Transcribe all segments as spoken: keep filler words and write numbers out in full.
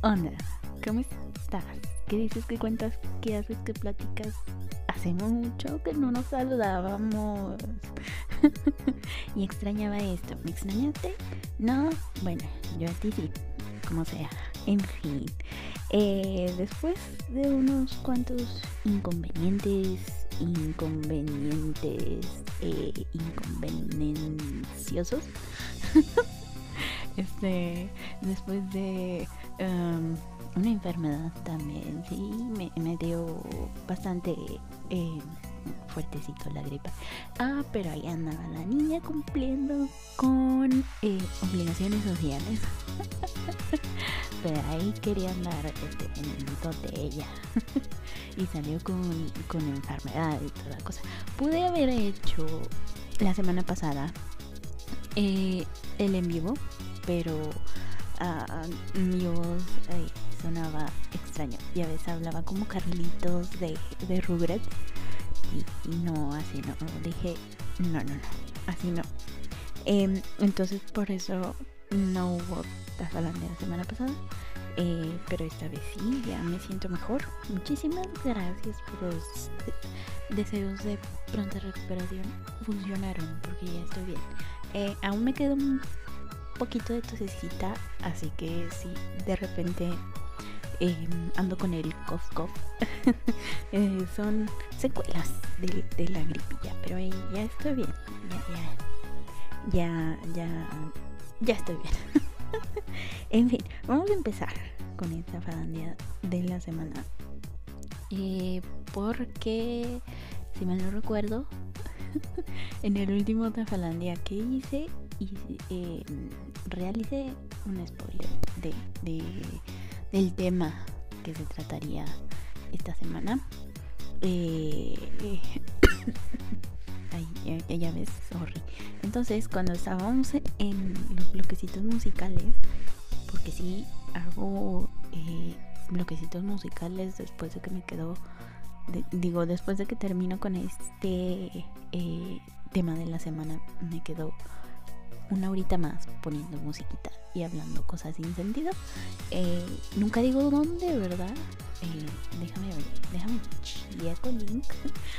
onda? ¿Cómo estás? ¿Qué dices? ¿Qué cuentas? ¿Qué haces? ¿Qué platicas? Hace mucho que no nos saludábamos. Y extrañaba esto. ¿Me extrañaste? No, bueno, yo a ti sí, como sea. En fin, eh, después de unos cuantos inconvenientes, inconvenientes, eh, inconvenienciosos, este, después de um, una enfermedad también, sí, me, me dio bastante eh, fuertecito la gripa. Ah, pero ahí andaba la niña cumpliendo con eh, obligaciones sociales. Pero ahí quería andar este, en el mitote ella. Y salió con, con enfermedad y toda la cosa. Pude haber hecho la semana pasada eh, el en vivo, pero uh, mi voz eh, sonaba extraño. Y a veces hablaba como Carlitos de, de Rugrats. Y, y no, así no. Dije, no, no, no, así no. Eh, entonces por eso no hubo Tafalandia la semana pasada. Eh, pero esta vez sí, ya me siento mejor. Muchísimas gracias por los de- deseos de pronta recuperación. Funcionaron porque ya estoy bien. Eh, aún me queda un poquito de tosecita, así que si de repente eh, ando con el cough cough, eh, son secuelas de, de la gripilla, pero eh, ya estoy bien. Ya, ya, ya, ya, ya estoy bien. En fin, vamos a empezar con esta falandia de la semana. Eh, porque, si mal no recuerdo, en el último Tafalandia que hice, hice eh, realicé un spoiler de, de, del tema que se trataría esta semana. Eh, eh, Ay, ya, ya ves, sorry. Entonces, cuando estábamos en los bloquecitos musicales, porque sí hago eh, bloquecitos musicales después de que me quedo, de, digo, después de que termino con este eh, tema de la semana, me quedo una horita más poniendo musiquita y hablando cosas sin sentido. Eh, nunca digo dónde, ¿verdad? Eh, déjame ver, déjame checo el link.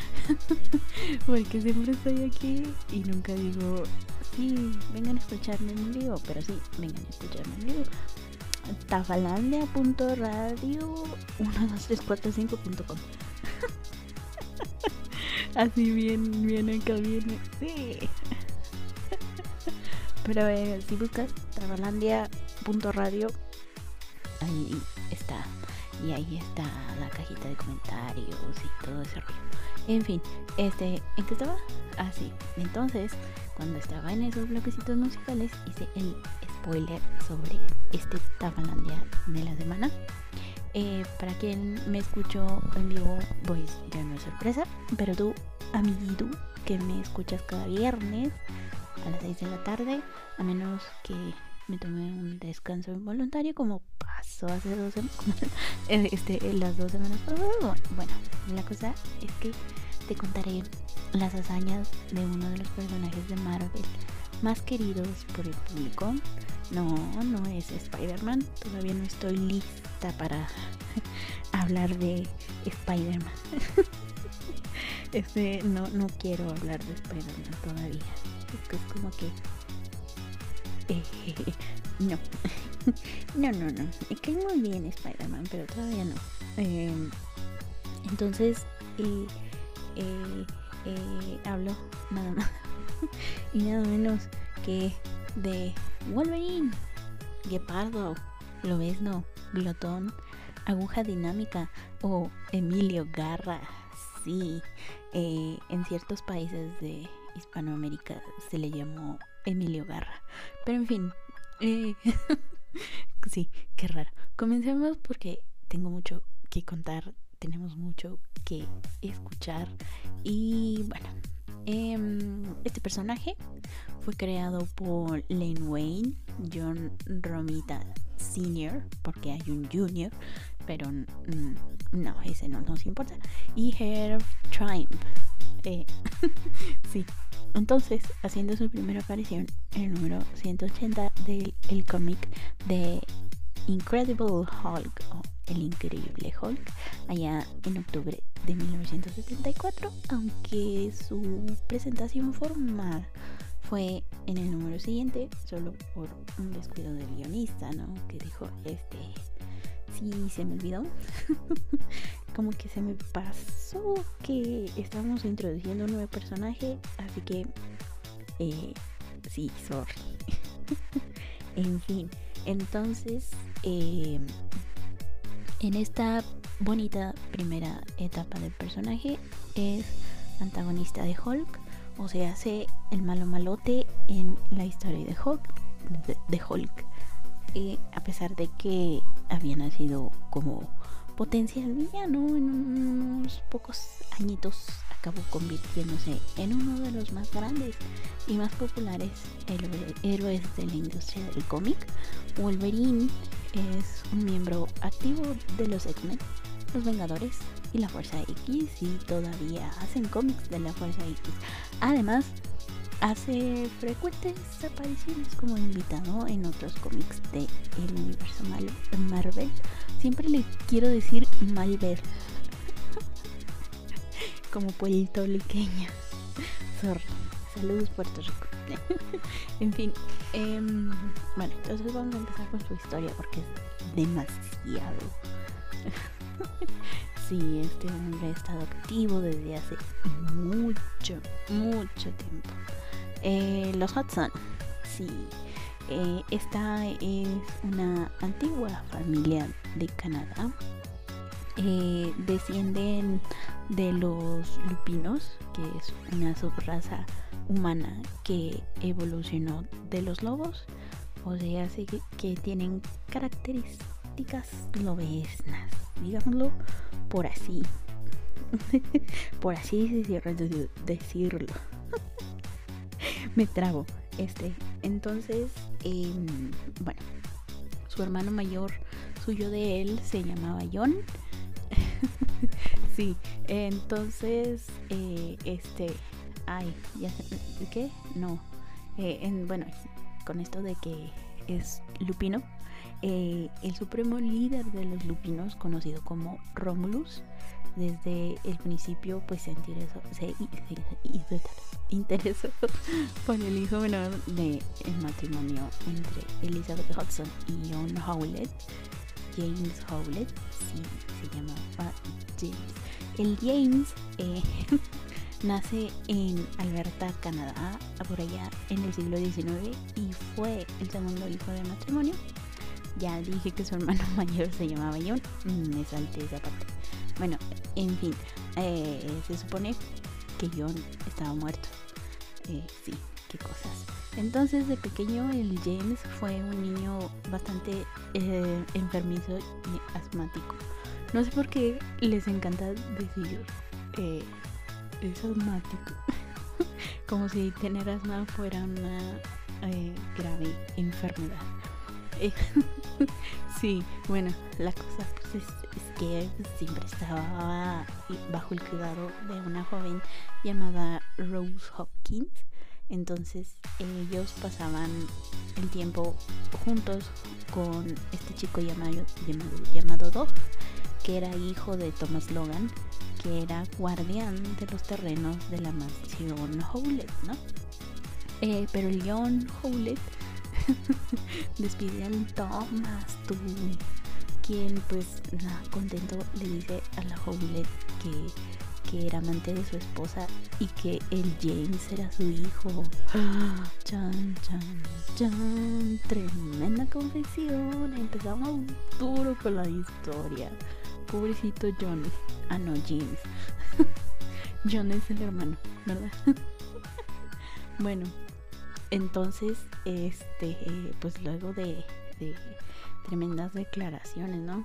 Porque siempre estoy aquí y nunca digo, sí, vengan a escucharme en vivo, pero sí, vengan a escucharme en vivo. Tafalandia punto radio uno dos tres cuatro cinco punto com. Así bien, bien acá viene. Sí. Pero eh, si buscas tafalandia punto radio, ahí está. Y ahí está la cajita de comentarios y todo ese rollo. En fin, este, ¿en qué estaba? Ah, sí. Entonces, cuando estaba en esos bloquecitos musicales, hice el spoiler sobre este Tafalandia de la semana. Eh, para quien me escuchó en vivo, pues ya no es sorpresa. Pero tú, amiguito, que me escuchas cada viernes a las seis de la tarde, a menos que me tomé un descanso involuntario como pasó hace dos semanas, este, las dos semanas pasadas. Bueno, la cosa es que te contaré las hazañas de uno de los personajes de Marvel más queridos por el público. No, no es Spider-Man. Todavía no estoy lista para hablar de Spider-Man. Este, no, no quiero hablar de Spider-Man todavía. Es que es como que Eh, no. no, no, no. Me cae muy bien Spider-Man, pero todavía no. Eh, entonces, eh, eh, eh, hablo nada más y nada menos que de Wolverine, Guepardo, Lobezno, Glotón, Aguja Dinámica o Emilio Garra. Sí, eh, en ciertos países de Hispanoamérica se le llamó Emilio Garra. Pero en fin, eh, sí, qué raro. Comencemos porque tengo mucho que contar, tenemos mucho que escuchar. Y bueno, eh, este personaje fue creado por Len Wein, John Romita senior, porque hay un Junior, pero mm, no, ese no nos importa, y Herb Trimpe. Eh, sí, entonces, haciendo su primera aparición en el número ciento ochenta del el cómic de Incredible Hulk o El Increíble Hulk allá en octubre de mil novecientos setenta y cuatro, aunque su presentación formal fue en el número siguiente, solo por un descuido del guionista, ¿no? Que dijo, este, sí, se me olvidó. Como que se me pasó que estamos introduciendo un nuevo personaje, así que, eh, sí, sorry. En fin, entonces, eh, en esta bonita primera etapa del personaje es antagonista de Hulk, o sea, hace el malo malote en la historia de Hulk, de, de Hulk eh, a pesar de que había nacido como potencial villano, en unos pocos añitos acabó convirtiéndose en uno de los más grandes y más populares héroes de la industria del cómic. Wolverine es un miembro activo de los X-Men, los Vengadores y la Fuerza X, y todavía hacen cómics de la Fuerza X. Además, hace frecuentes apariciones como invitado en otros cómics de el universo Marvel. Siempre le quiero decir Marvel como puertorriqueña. Sorry. Saludos, Puerto Rico. En fin, eh, bueno, entonces vamos a empezar con su historia porque es demasiado. Sí, este hombre ha estado activo desde hace mucho, mucho tiempo. Eh, los Hudson, sí. Eh, esta es una antigua familia de Canadá. Eh, descienden de los lupinos, que es una subraza humana que evolucionó de los lobos, o sea, así que, que tienen características lobesnas, digámoslo por así, por así decirlo. Me trabo. Este, entonces, eh, bueno, su hermano mayor suyo de él se llamaba John. Sí, entonces, eh, este, ay, ya, ¿qué? No, eh, en, bueno, con esto de que es lupino, eh, el supremo líder de los lupinos, conocido como Romulus, desde el principio pues se interesó, se, se, se interesó por el hijo menor del matrimonio entre Elizabeth Hudson y John Howlett. James Howlett, sí, se llamaba James. El James eh, nace en Alberta, Canadá, por allá en el siglo diecinueve, y fue el segundo hijo del matrimonio. Ya dije que su hermano mayor se llamaba John, me salté esa parte. Bueno, en fin, eh, se supone que John estaba muerto. Eh, sí, qué cosas. Entonces, de pequeño, el James fue un niño bastante eh, enfermizo y asmático. No sé por qué les encanta decir eh, es asmático. Como si tener asma fuera una eh, grave enfermedad. Eh, sí, bueno, la cosa pues, es, es que siempre estaba bajo el cuidado de una joven llamada Rose Hopkins. Entonces ellos pasaban el tiempo juntos con este chico llamado, llamado, llamado Doug, que era hijo de Thomas Logan, que era guardián de los terrenos de la mansión Howlett, ¿no? Eh, pero el John Howlett despide al Thomas, tú, quien pues nada, contento le dice a la Howlett que que era amante de su esposa y que el James era su hijo. Chan, chan, chan. Tremenda confesión. Empezamos duro con la historia. Pobrecito John. Ah, no, James. John es el hermano, ¿verdad? Bueno, entonces, este, pues luego de, de tremendas declaraciones, ¿no?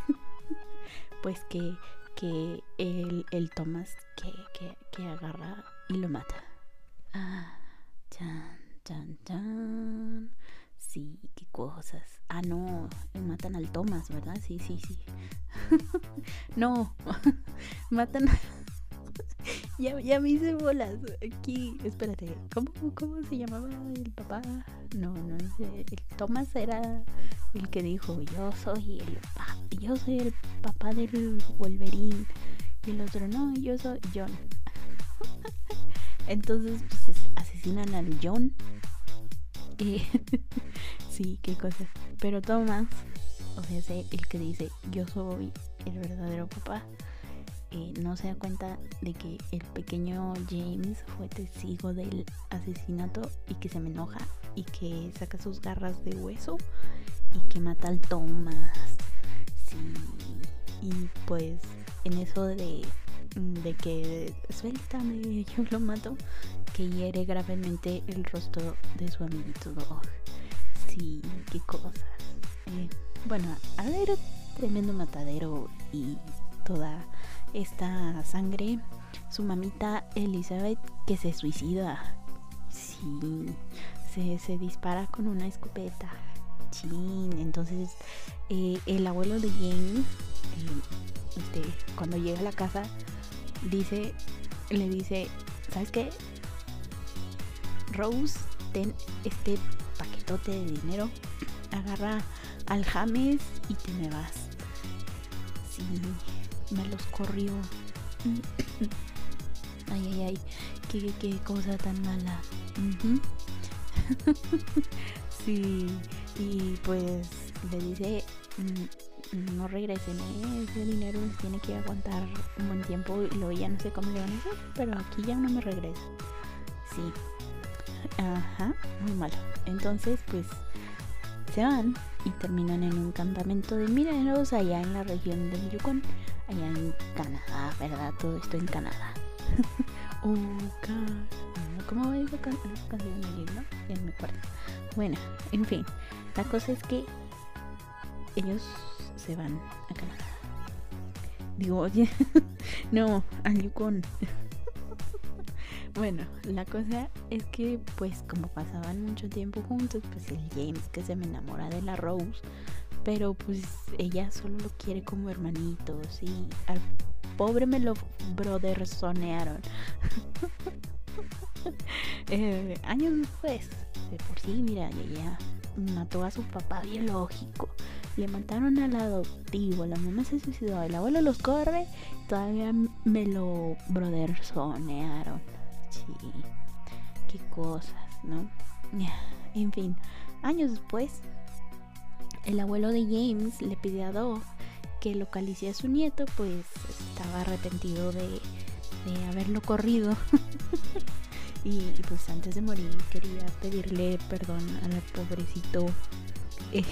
Pues que que el, el Thomas que, que, que agarra y lo mata. Ah, chan, chan, chan. Sí, qué cosas. Ah, no, le matan al Thomas, ¿verdad? Sí, sí, sí. No, matan a... ya, ya me hice bolas. Aquí, espérate, ¿cómo, cómo se llamaba el papá? No, no sé. El Thomas era el que dijo, yo soy el pa- yo soy el papá del Wolverine. Y el otro, no, yo soy John. Entonces, pues asesinan al John. Y sí, qué cosa. Pero Thomas, o sea, ese, el que dice, yo soy el verdadero papá, eh, no se da cuenta de que el pequeño James fue testigo del asesinato y que se me enoja y que saca sus garras de hueso y que mata al Thomas. Sí, y pues en eso de, de que suéltame, yo lo mato, que hiere gravemente el rostro de su amiguito Dog. Sí, qué cosas. Eh, bueno, a ver, tremendo matadero y toda esta sangre. Su mamita Elizabeth que se suicida. Sí, se, se dispara con una escopeta. Chin, entonces eh, el abuelo de James, eh, este, cuando llega a la casa, dice, le dice, ¿sabes qué? Rose, ten este paquetote de dinero, agarra al James y te me vas. Sí, me los corrió. Ay, ay, ay, qué, qué cosa tan mala. Uh-huh. Sí, y pues le dice, mmm, no regresen, ¿eh? Ese dinero les tiene que aguantar un buen tiempo y luego ya no sé cómo le van a hacer, pero aquí ya no me regreso. Sí, ajá, muy malo. Entonces, pues se van y terminan en un campamento de mineros allá en la región del Yukon, allá en Canadá, ¿verdad? Todo esto en Canadá. Oh, Canadá. ¿Cómo va esa can canción allí, no? Ya no me acuerdo. Bueno, en fin, la cosa es que ellos se van a Canadá. Digo, oye, no, al Yukon. Bueno, la cosa es que pues como pasaban mucho tiempo juntos, pues el James que se me enamora de la Rose, pero pues ella solo lo quiere como hermanitos y al pobre me lo brotherzonearon. eh, años después, de por sí, mira, ella mató a su papá biológico, le mataron al adoptivo, la mamá se suicidó, el abuelo los corre, todavía me lo brotherzonearon. Sí, qué cosas, ¿no? En fin, años después, el abuelo de James le pide a Doug que localice a su nieto, pues estaba arrepentido de, de haberlo corrido. y, y pues antes de morir quería pedirle perdón al pobrecito, eh,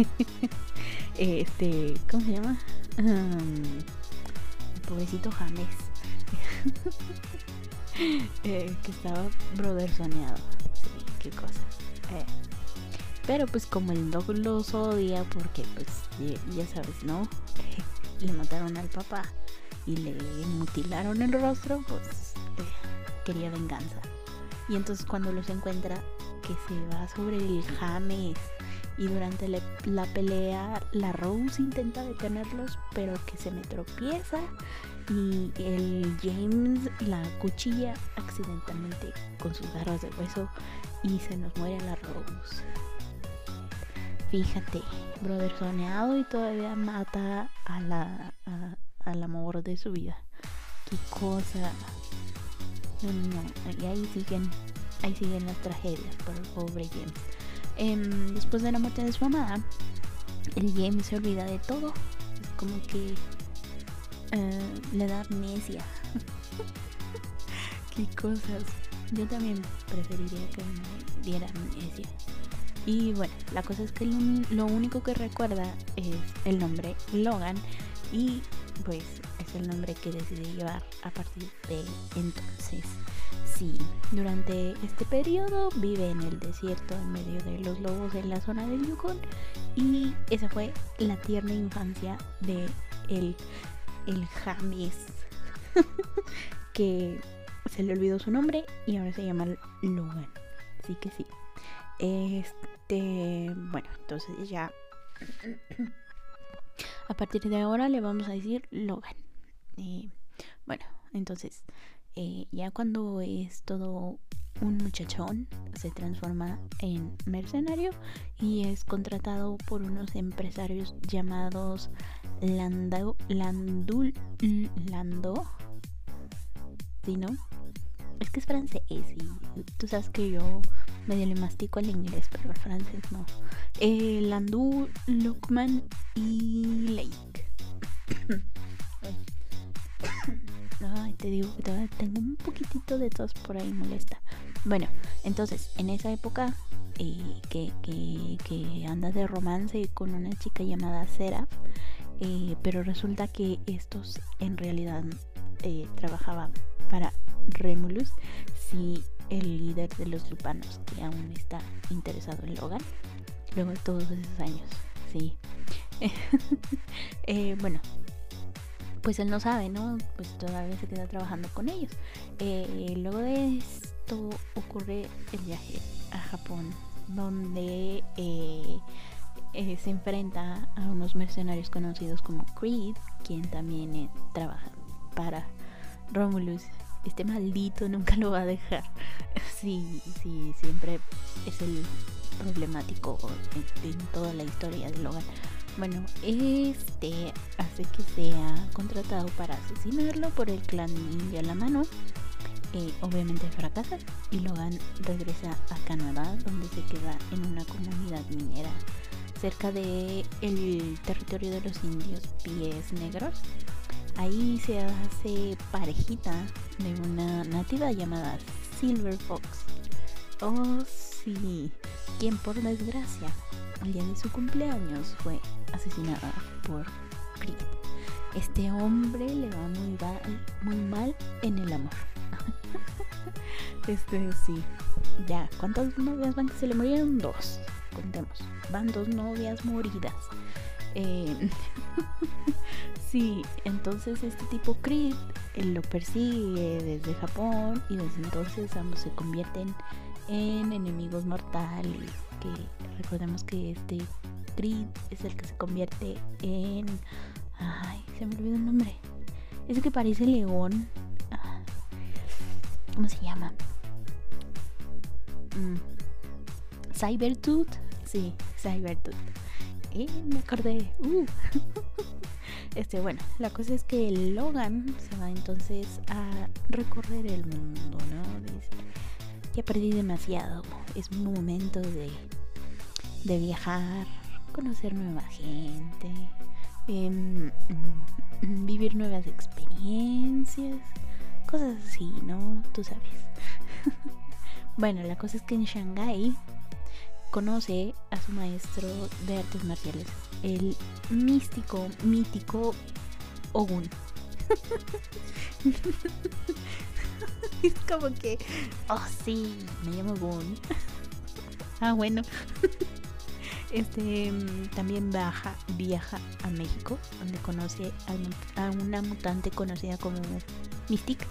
este, ¿cómo se llama? Um, el pobrecito James. Eh, que estaba brotherzoneado. Sí, qué cosa. Eh. Pero pues como el Doug los odia porque pues ya, ya sabes, ¿no? Eh, le mataron al papá y le mutilaron el rostro, pues eh, quería venganza. Y entonces cuando los encuentra, que se va sobre el James y durante le, la pelea la Rose intenta detenerlos, pero que se me tropieza y el James la cuchilla accidentalmente con sus garras de hueso y se nos muere la Rose. Fíjate, brotherzoneado y todavía mata a la a, al amor de su vida. Qué cosa. No, no, no. Y ahí siguen, ahí siguen las tragedias por el pobre James. Eh, después de la muerte de su mamá, el James se olvida de todo. Es como que Uh, le da amnesia. Qué cosas. Yo también preferiría que me diera amnesia. Y bueno, la cosa es que lo, lo único que recuerda es el nombre Logan y pues es el nombre que decide llevar a partir de entonces. Sí, durante este periodo vive en el desierto en medio de los lobos en la zona del Yukon y esa fue la tierna infancia de el el James que se le olvidó su nombre y ahora se llama Logan. Así que sí. Este, bueno, entonces ya a partir de ahora le vamos a decir Logan. Eh, bueno, entonces eh, ya cuando es todo un muchachón, se transforma en mercenario y es contratado por unos empresarios llamados Landau, Landul, Lando, ¿sí, no? Es que es francés y tú sabes que yo medio le mastico al inglés, pero al francés no. Eh, Landau, Luckman y Lake. Ay, te digo que todavía tengo un poquitito de tos por ahí molesta. Bueno, entonces, en esa época eh, que, que, que anda de romance con una chica llamada Seraph, eh, pero resulta que estos en realidad eh, trabajaban para Remulus, sí, el líder de los lupanos, que aún está interesado en Logan, luego de todos esos años, sí. eh, bueno, pues él no sabe, ¿no? Pues todavía se queda trabajando con ellos. Eh, luego de esto ocurre el viaje a Japón, donde eh, eh, se enfrenta a unos mercenarios conocidos como Creed, quien también eh, trabaja para Romulus. Este maldito nunca lo va a dejar. Sí, sí, siempre es el problemático en, en toda la historia de Logan. Bueno, este hace que sea contratado para asesinarlo por el clan Ninja La Mano. Eh, obviamente fracasa y Logan regresa a Canadá, donde se queda en una comunidad minera cerca de el territorio de los indios Pies Negros. Ahí se hace parejita de una nativa llamada Silver Fox. Oh, sí, quien por desgracia el día de su cumpleaños fue asesinada por Creed. Este hombre le va muy mal, muy mal en el amor. Este sí. Ya, ¿cuántas novias van que se le murieron? Dos. Contemos. Van dos novias moridas. Eh, sí, entonces este tipo Creed él lo persigue desde Japón y desde entonces ambos se convierten en enemigos mortales. Que recordemos que este Creed es el que se convierte en... Ay, se me olvidó el nombre. Es el que parece león. ¿Cómo se llama? Mm. Cybertooth. Sí, Cybertooth. Eh, me acordé. Uh. Este, bueno, la cosa es que Logan se va entonces a recorrer el mundo, ¿no? Dice, ya perdí demasiado. Es momento de, de viajar, conocer nueva gente, eh, vivir nuevas experiencias, cosas así, ¿no? Tú sabes. Bueno, la cosa es que en Shanghái conoce a su maestro de artes marciales, el místico, mítico Ogun. Es como que, oh sí, me llamo Ogun. Ah, bueno. Este también viaja, viaja a México, donde conoce a, a una mutante conocida como Mystique.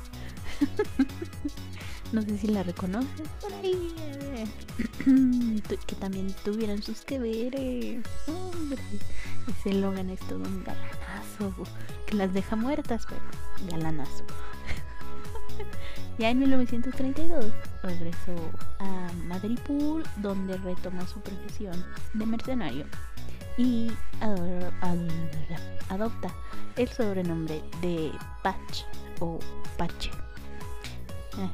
No sé si la reconoces por ahí. Eh. Que también tuvieron sus que veres. Hombre, ese Logan es todo un galanazo. Que las deja muertas, pero galanazo. Ya en mil novecientos treinta y dos regresó a Madripoor, donde retoma su profesión de mercenario y ador, ador, adopta el sobrenombre de Patch o Parche. Eh.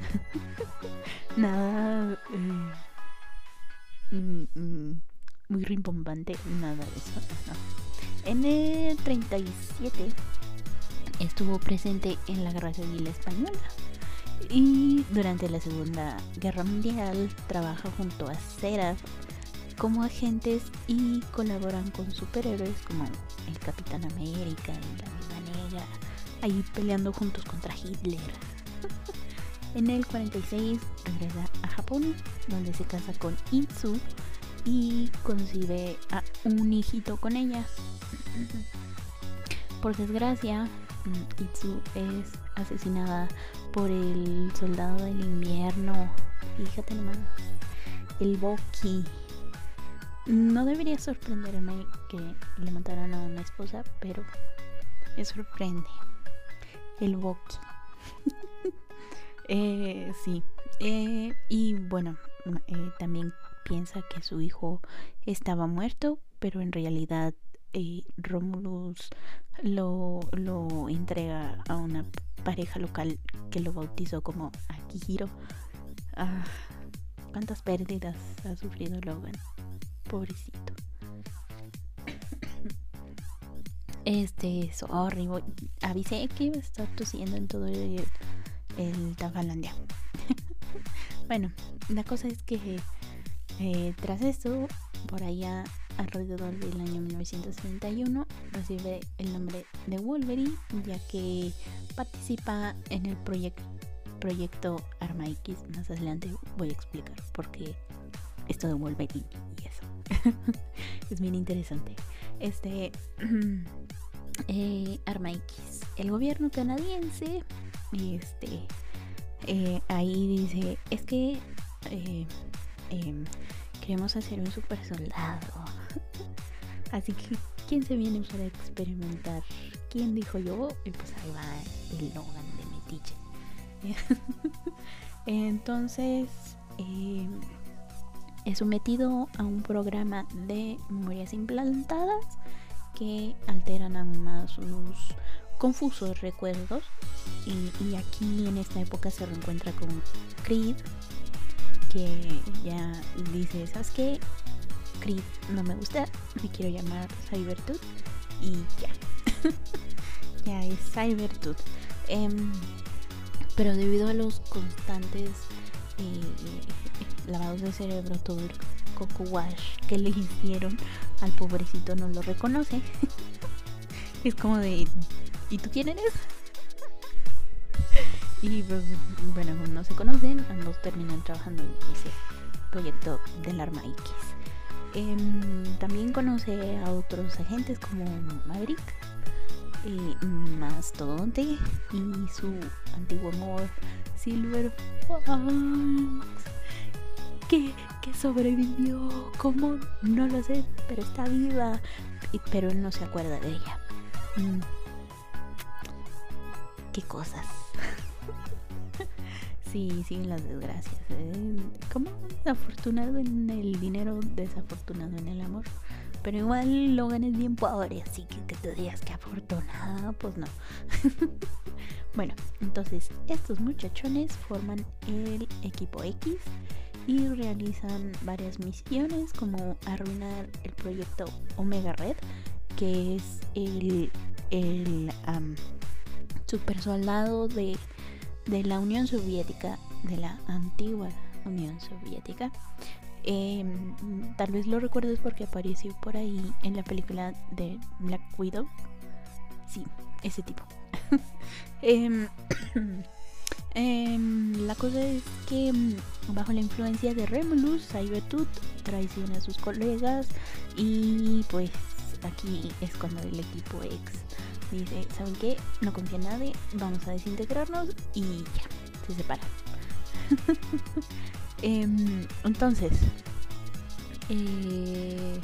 Nada eh, mm, mm, muy rimbombante, nada de eso. No. En el treinta y siete estuvo presente en la Guerra Civil Española y durante la Segunda Guerra Mundial trabaja junto a Seraph como agentes y colaboran con superhéroes como el Capitán América y la Viuda Negra, ahí peleando juntos contra Hitler. En el cuarenta y seis regresa a Japón, donde se casa con Itsu y concibe a un hijito con ella. Por desgracia, Itsu es asesinada por el soldado del invierno. Fíjate nomás, el Boki. No debería sorprenderme que le mataran a una esposa, pero me sorprende. El Boki. eh, sí. Eh, y bueno, eh, también piensa que su hijo estaba muerto, pero en realidad eh, Romulus lo, lo entrega a una pareja local que lo bautizó como Akihiro. Ah, cuántas pérdidas ha sufrido Logan, pobrecito. Este, sorry, voy, avisé que iba a estar tosiendo en todo el, el Tafalandia. Bueno, la cosa es que eh, tras esto, por allá alrededor del año mil novecientos setenta y uno, recibe el nombre de Wolverine, ya que participa en el proyecto proyecto Arma X. Más adelante voy a explicar por qué esto de Wolverine y eso. Es bien interesante. Este eh, Arma X, el gobierno canadiense, este eh, ahí dice, es que eh, eh, queremos hacer un super soldado. Así que ¿quién se viene para experimentar? ¿Quién dijo yo? Y pues ahí va el Logan de metiche. Entonces eh, es sometido a un programa de memorias implantadas que alteran aún más sus confusos recuerdos, y, y aquí en esta época se reencuentra con Creed, que ya dice, ¿sabes qué? Creed no me gusta, me quiero llamar Cybertooth y ya. Ya es Cybertooth. eh, pero debido a los constantes eh, lavados de cerebro, todo el coco wash que le hicieron al pobrecito no lo reconoce. Es como de, ¿y tú quién eres? Y pues bueno, no se conocen, ambos terminan trabajando en ese proyecto del Arma X. Eh, también conoce a otros agentes como Maverick, eh, Mastodonte y su antiguo amor Silver Fox, que, que sobrevivió. ¿Cómo? No lo sé, pero está viva, y, pero él no se acuerda de ella. Mm. Qué cosas. Sí, siguen las desgracias. ¿eh? Como afortunado en el dinero, desafortunado en el amor. Pero igual Logan es bien pobre, así que que te digas que afortunado, pues no. Bueno, entonces estos muchachones forman el equipo X y realizan varias misiones, como arruinar el proyecto Omega Red, que es el, el um, super soldado de, de la Unión Soviética, de la antigua Unión Soviética. Eh, tal vez lo recuerdes porque apareció por ahí en la película de Black Widow. Sí, ese tipo. eh, eh, la cosa es que bajo la influencia de Romulus, Cybertooth traiciona a sus colegas, y pues aquí es cuando el equipo X dice, ¿saben qué? No confía en nadie, vamos a desintegrarnos, y ya, se separan. Eh, entonces, eh,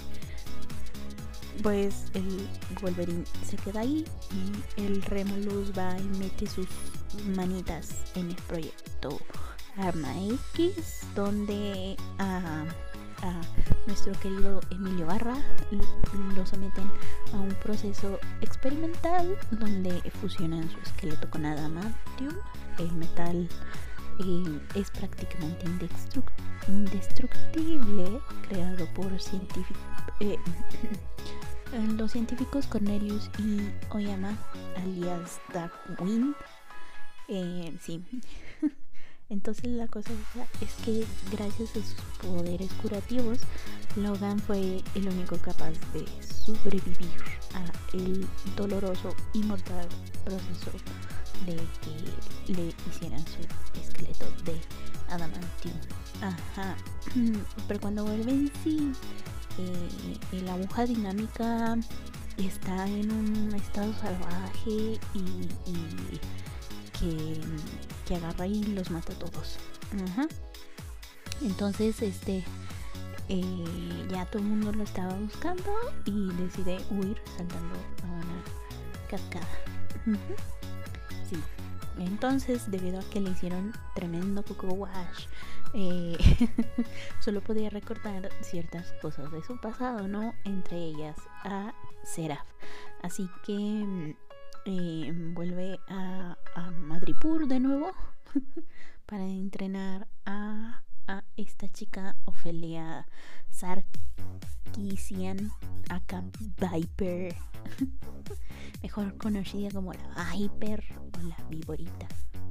pues el Wolverine se queda ahí y el Romulus va y mete sus manitas en el proyecto Arma X, donde a, a nuestro querido Emilio Barra lo someten a un proceso experimental donde fusionan su esqueleto con adamantium. El metal Eh, es prácticamente indestructible, creado por científicos, eh, los científicos Cornelius y Oyama, alias Darkwind. Eh, sí. Entonces la cosa es que gracias a sus poderes curativos, Logan fue el único capaz de sobrevivir a el doloroso y mortal proceso de que le hicieran su esqueleto de adamantium. Ajá. Pero cuando vuelve en sí, eh, la aguja dinámica está en un estado salvaje y, y que, que agarra y los mata a todos. Ajá. Entonces, este eh, ya todo el mundo lo estaba buscando y decide huir saltando a una cascada. Uh-huh. Sí. Entonces, debido a que le hicieron tremendo coco wash, eh, solo podía recordar ciertas cosas de su pasado, ¿no? Entre ellas a Seraph. Así que eh, vuelve a, a Madripoor de nuevo para entrenar a, a esta chica Ofelia Sarkisian, aka Viper, mejor conocida como la Viper o la Viborita.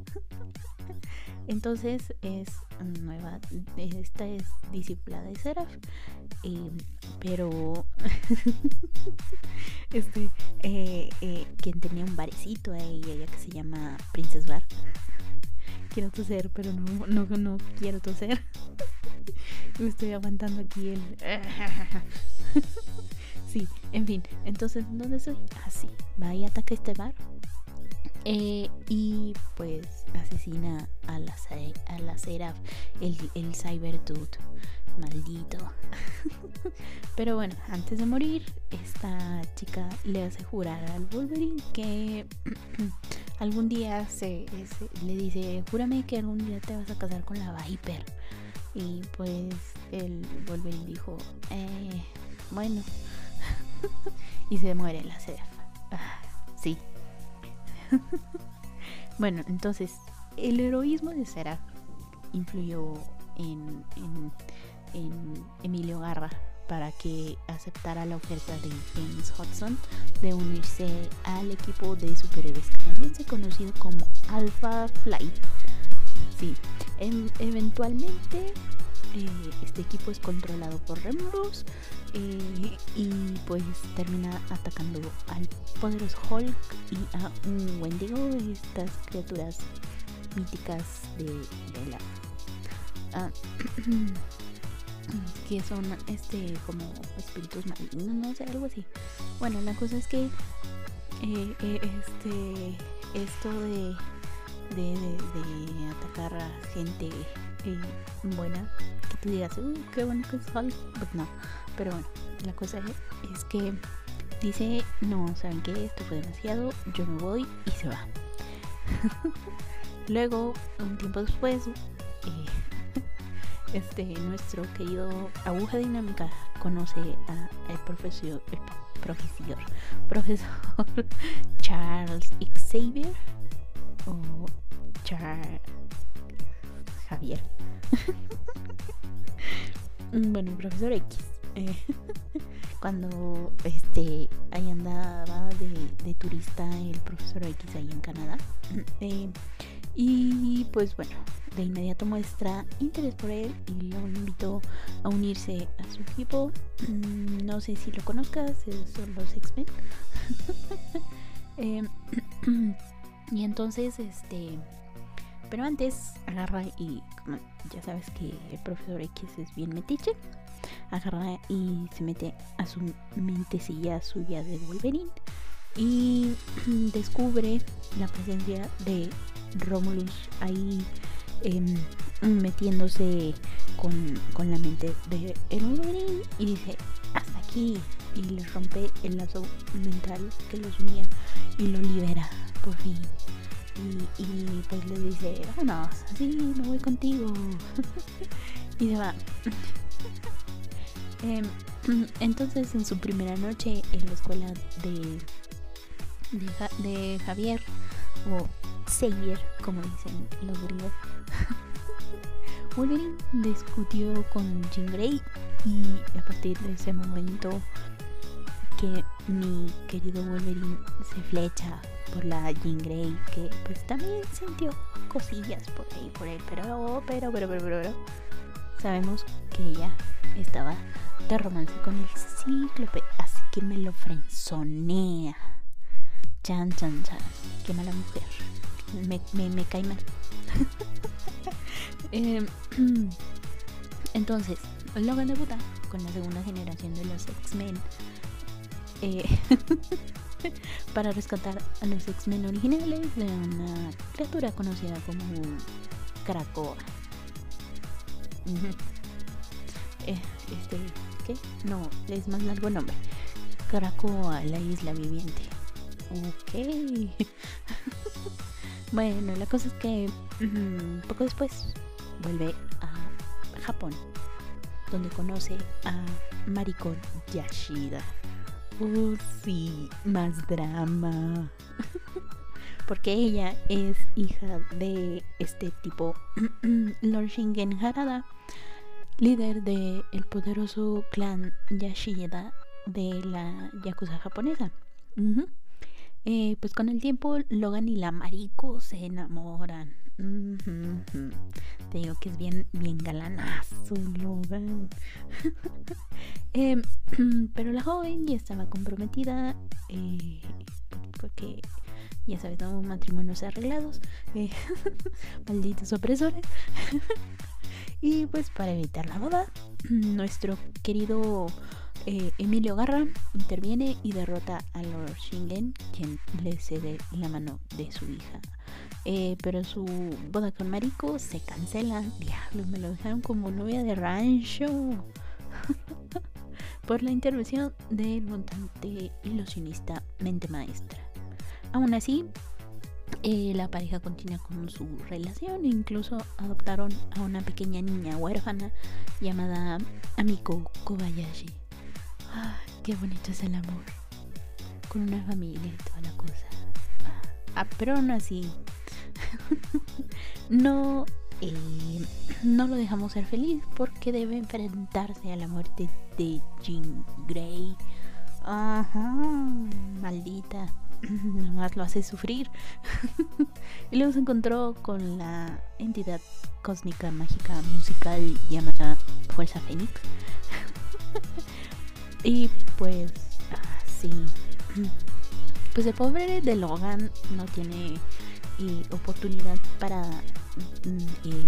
Entonces es nueva, esta es discípula de Seraph, eh, pero este eh, eh, quien tenía un barecito ahí, ella que se llama Princess Bar. Quiero toser, pero no, no, no quiero toser. Me estoy aguantando aquí el... Sí, en fin. Entonces, ¿dónde estoy? Ah, sí. Va y ataca este bar. Eh, y pues asesina a la, a la Seraph, el, el Cybertooth. Maldito. Pero bueno, antes de morir, esta chica le hace jurar al Wolverine que algún día se, se le dice, júrame que algún día te vas a casar con la Viper. Y pues el Wolverine dijo, eh, bueno. Y se muere la Seraph. Ah, sí. Bueno, entonces el heroísmo de Seraph influyó en, en, en Emilio Garra para que aceptara la oferta de James Hudson de unirse al equipo de superhéroes canadiense conocido como Alpha Flight. Sí, e- eventualmente eh, este equipo es controlado por Rimrose eh, y pues termina atacando al poderoso Hulk y a un Wendigo, estas criaturas míticas de, de la ah, que son este como espíritus malignos, no sé, algo así. Bueno, la cosa es que eh, eh, este esto de de, de, de atacar a gente eh, buena, que tú digas, uh, qué bueno que es Hulk, pues no. Pero bueno, la cosa es, es que dice, no, ¿saben qué? Esto fue demasiado, yo me voy, y se va. Luego, un tiempo después, eh, este nuestro querido Aguja Dinámica conoce a el profesor, el profesor, profesor Charles Xavier o Char Javier. Bueno, el profesor X. Eh, cuando este ahí andaba de, de turista el profesor X ahí en Canadá. Eh, y pues bueno, de inmediato muestra interés por él y lo invitó a unirse a su equipo. No sé si lo conozcas, son los X-Men. eh, y entonces este pero antes agarra y ya sabes que el profesor X es bien metiche, agarra y se mete a su mentecilla suya de Wolverine y descubre la presencia de Romulus ahí eh, metiéndose con, con la mente de el Wolverine y dice hasta aquí y le rompe el lazo mental que los unía y lo libera por fin. Y, y pues le dice, vámonos, así me voy contigo. Y se va. eh, entonces en su primera noche en la escuela de de, ja, de Javier o Xavier, como dicen los gringos, Wolverine discutió con Jean Grey y a partir de ese momento que mi querido Wolverine se flecha por la Jean Grey, que pues también sintió cosillas por ahí por él, pero pero pero pero pero, pero sabemos que ella estaba de romance con el Cíclope, así que me lo frenzonea. Chan chan chan, qué mala mujer, me, me, me cae mal. eh, entonces Logan debuta con la segunda generación de los X-Men eh, para rescatar a los X-Men originales de una criatura conocida como Krakoa. Uh-huh. eh, este, ¿qué? No, es más largo el nombre. Krakoa, la isla viviente. Ok. Bueno, la cosa es que um, poco después vuelve a Japón, donde conoce a Mariko Yashida. Oh, sí, más drama. Porque ella es hija de este tipo, Lord Shingen Harada, líder del poderoso clan Yashida de la Yakuza japonesa. Uh-huh. Eh, pues con el tiempo Logan y la Mariko se enamoran. Uh-huh. Te digo que es bien, bien galanazo Logan. eh, pero la joven ya estaba comprometida, eh, porque ya sabes, ¿no? Matrimonios arreglados, eh, malditos opresores. Y pues para evitar la boda, nuestro querido eh, Emilio Garra interviene y derrota a Lord Shingen, quien le cede la mano de su hija. Eh, pero su boda con Mariko se cancela. Diablo, me lo dejaron como novia de rancho. Por la intervención del montante ilusionista Mente Maestra. Aún así, eh, la pareja continúa con su relación e incluso adoptaron a una pequeña niña huérfana llamada Amiko Kobayashi. Ah, qué bonito es el amor, con una familia y toda la cosa. Ah, pero aún así no, eh, no lo dejamos ser feliz, porque debe enfrentarse a la muerte de Jean Grey. Ajá, maldita. Nada más lo hace sufrir. Y luego se encontró con la entidad cósmica mágica musical llamada Fuerza Fénix. Y pues así ah, pues el pobre de Logan no tiene eh, oportunidad para eh,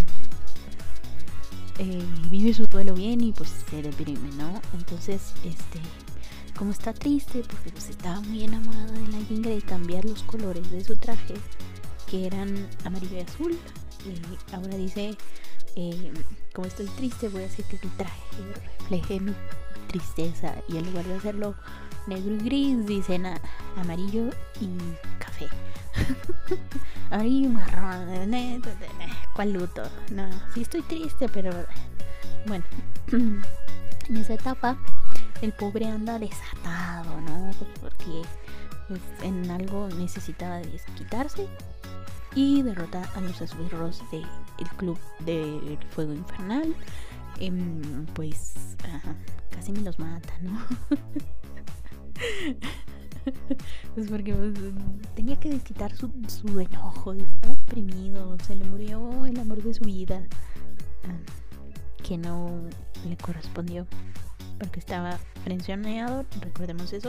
eh, vivir su duelo bien, y pues se deprime, ¿no? Entonces este como está triste porque pues estaba muy enamorado de la Jean Grey, cambiar los colores de su traje, que eran amarillo y azul, y ahora dice, eh, como estoy triste, voy a hacer que el traje refleje mi tristeza, y en lugar de hacerlo negro y gris, dicen a, amarillo y café. Amarillo y marrón. ¿Cuál luto? No, sí estoy triste, pero bueno. En esa etapa el pobre anda desatado, ¿no? Porque pues, en algo necesitaba desquitarse, y derrota a los esbirros del club del fuego infernal. Eh, pues ajá, casi me los mata, ¿no? Pues porque pues, tenía que desquitar su, su enojo, estaba deprimido, se le murió el amor de su vida, ah, que no le correspondió porque estaba frencionado, recordemos eso.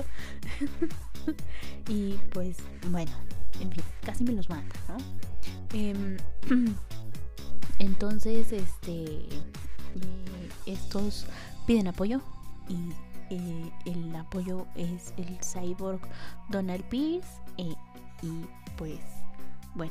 Y pues bueno, en fin, casi me los mata, ¿no? Eh, entonces este eh, estos piden apoyo, y eh, el apoyo es el cyborg Donald Pierce, eh, y pues bueno.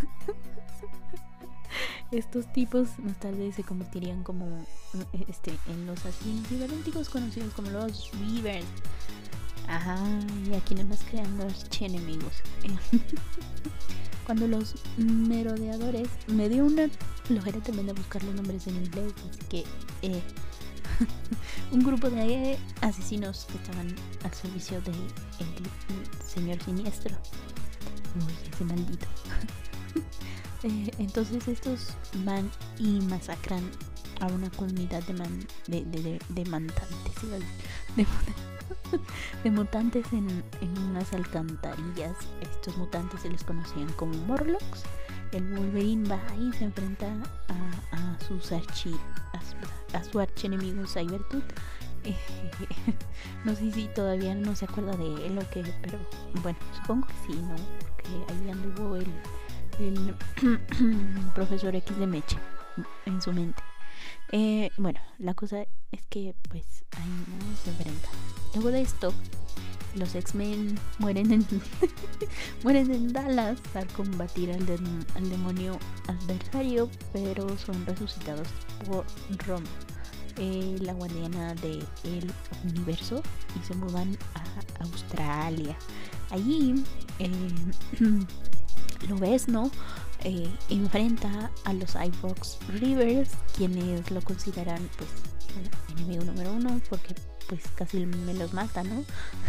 Estos tipos más tarde se convertirían como este en los asesinos cibernéticos conocidos como los Weavers. Ajá, y aquí nada más crean los enemigos. Cuando los merodeadores, me dio una flojera tremenda buscar los nombres en inglés, así que eh, un grupo de asesinos que estaban al servicio del de señor siniestro. Uy, ese maldito. Eh, entonces estos van y masacran a una comunidad de man, de, de, de, de mantantes, de, de mutantes en, en unas alcantarillas. Estos mutantes se les conocían como Morlocks. El Wolverine va y se enfrenta a, a sus archi a, a su archienemigo Cybertooth. Eh, no sé si todavía no se acuerda de él o qué, pero bueno, supongo que sí, ¿no? Porque ahí anduvo el el profesor X de Meche en su mente. Eh, bueno, la cosa es que pues ahí no se enfrenta. Luego de esto, los X-Men mueren en mueren en Dallas al combatir al, de al demonio adversario, pero son resucitados por Roma, eh, la guardiana del universo, y se mudan a Australia. Allí eh, lo ves, ¿no? Eh, enfrenta a los Cyborgs Reavers, quienes lo consideran pues enemigo número uno porque pues casi me los mata, ¿no?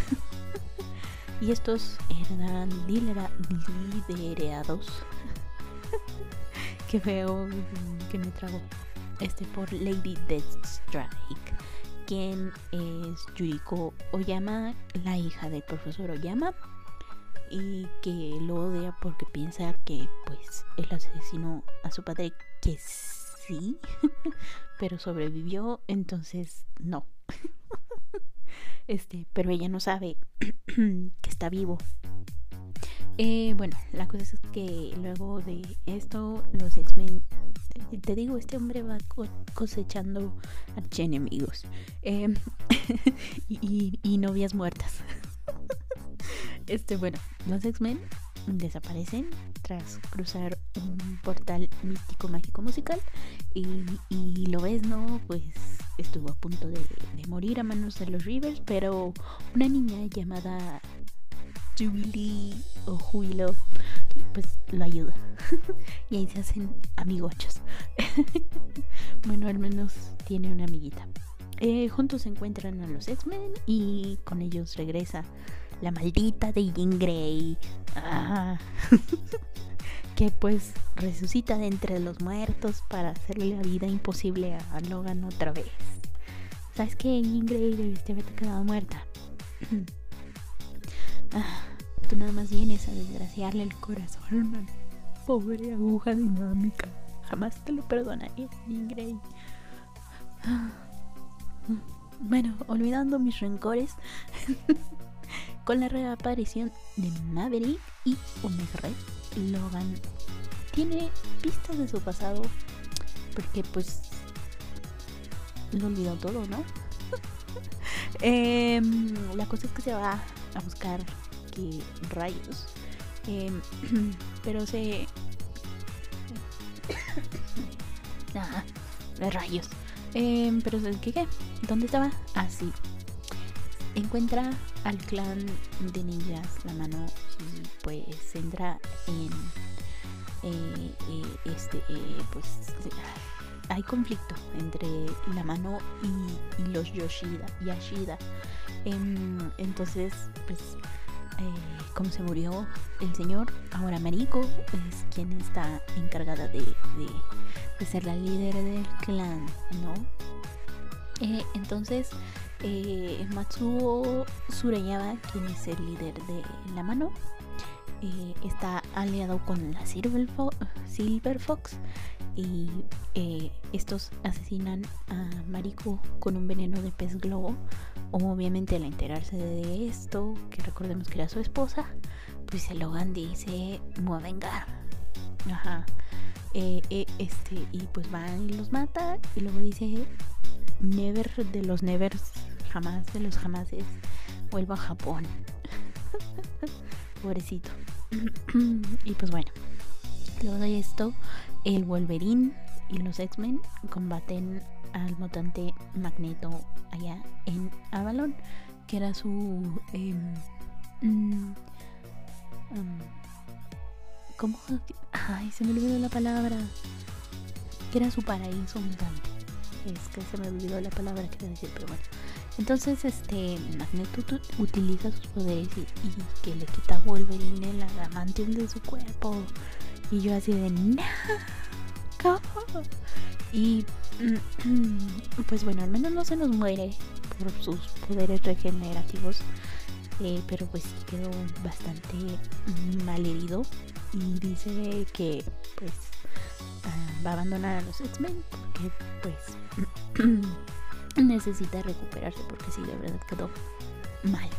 Y estos eran lidera- liderados que feo que me trago este por Lady Deathstrike, quien es Yuriko Oyama, la hija del profesor Oyama, y que lo odia porque piensa que pues él asesinó a su padre, que sí, pero sobrevivió, entonces no. Este, pero ella no sabe que está vivo. Eh, bueno, la cosa es que luego de esto, los X-Men, te digo, este hombre va cosechando archienemigos eh, y, y, y novias muertas. Este, bueno, los X-Men desaparecen tras cruzar un portal místico, mágico, musical y, y lo ves, ¿no? Pues estuvo a punto de, de morir a manos de los Reavers, pero una niña llamada Jubilee o Juilo pues lo ayuda y ahí se hacen amigochos. Bueno, al menos tiene una amiguita. Eh, juntos se encuentran a los X-Men y con ellos regresa la maldita de Jean Grey, ah, que pues resucita de entre los muertos para hacerle la vida imposible a Logan otra vez. ¿Sabes qué? Jean Grey debiste haberte quedado muerta. Ah, tú nada más vienes a desgraciarle el corazón a la pobre aguja dinámica. Jamás te lo perdonaré, Jean Grey. Ah, bueno, olvidando mis rencores, con la reaparición de Maverick y Omega Red, Logan tiene pistas de su pasado porque pues lo olvidó todo, ¿no? eh, la cosa es que se va a buscar que rayos, eh, pero se ah, rayos, eh, pero ¿qué qué? ¿Dónde estaba? Ah, sí. Encuentra al clan de ninjas La Mano y pues entra en eh, eh, este eh, pues hay conflicto entre La Mano y, y los Yoshida Yashida. Eh, entonces pues eh, como se murió el señor, ahora Mariko es quien está encargada de, de, de ser la líder del clan, ¿no? Eh, entonces Eh, Matsuo Tsurayama, quien es el líder de La Mano, eh, está aliado con la Silver, Fo- Silver Fox y eh, estos asesinan a Mariko con un veneno de pez globo. Obviamente al enterarse de esto, que recordemos que era su esposa, pues el Logan dice: me voy a vengar. Ajá. Eh, eh, este, y pues van y los mata y luego dice: never de los nevers, jamás de los jamases vuelvo a Japón. Pobrecito. Y pues bueno, luego de esto el Wolverine y los X-Men combaten al mutante Magneto allá en Avalon, que era su eh, um, um, ¿cómo? Ay, se me olvidó la palabra. Que era su paraíso mutante. Es que se me olvidó la palabra que quería decir, pero bueno. Entonces, este Magneto tu- utiliza sus poderes y, y que le quita a Wolverine el adamantium de su cuerpo. Y yo así de no. ¿Cómo? Y pues bueno, al menos no se nos muere por sus poderes regenerativos. Eh, pero pues quedó bastante mal herido. Y dice que pues uh, va a abandonar a los X-Men porque pues necesita recuperarse, porque sí, de verdad quedó mal.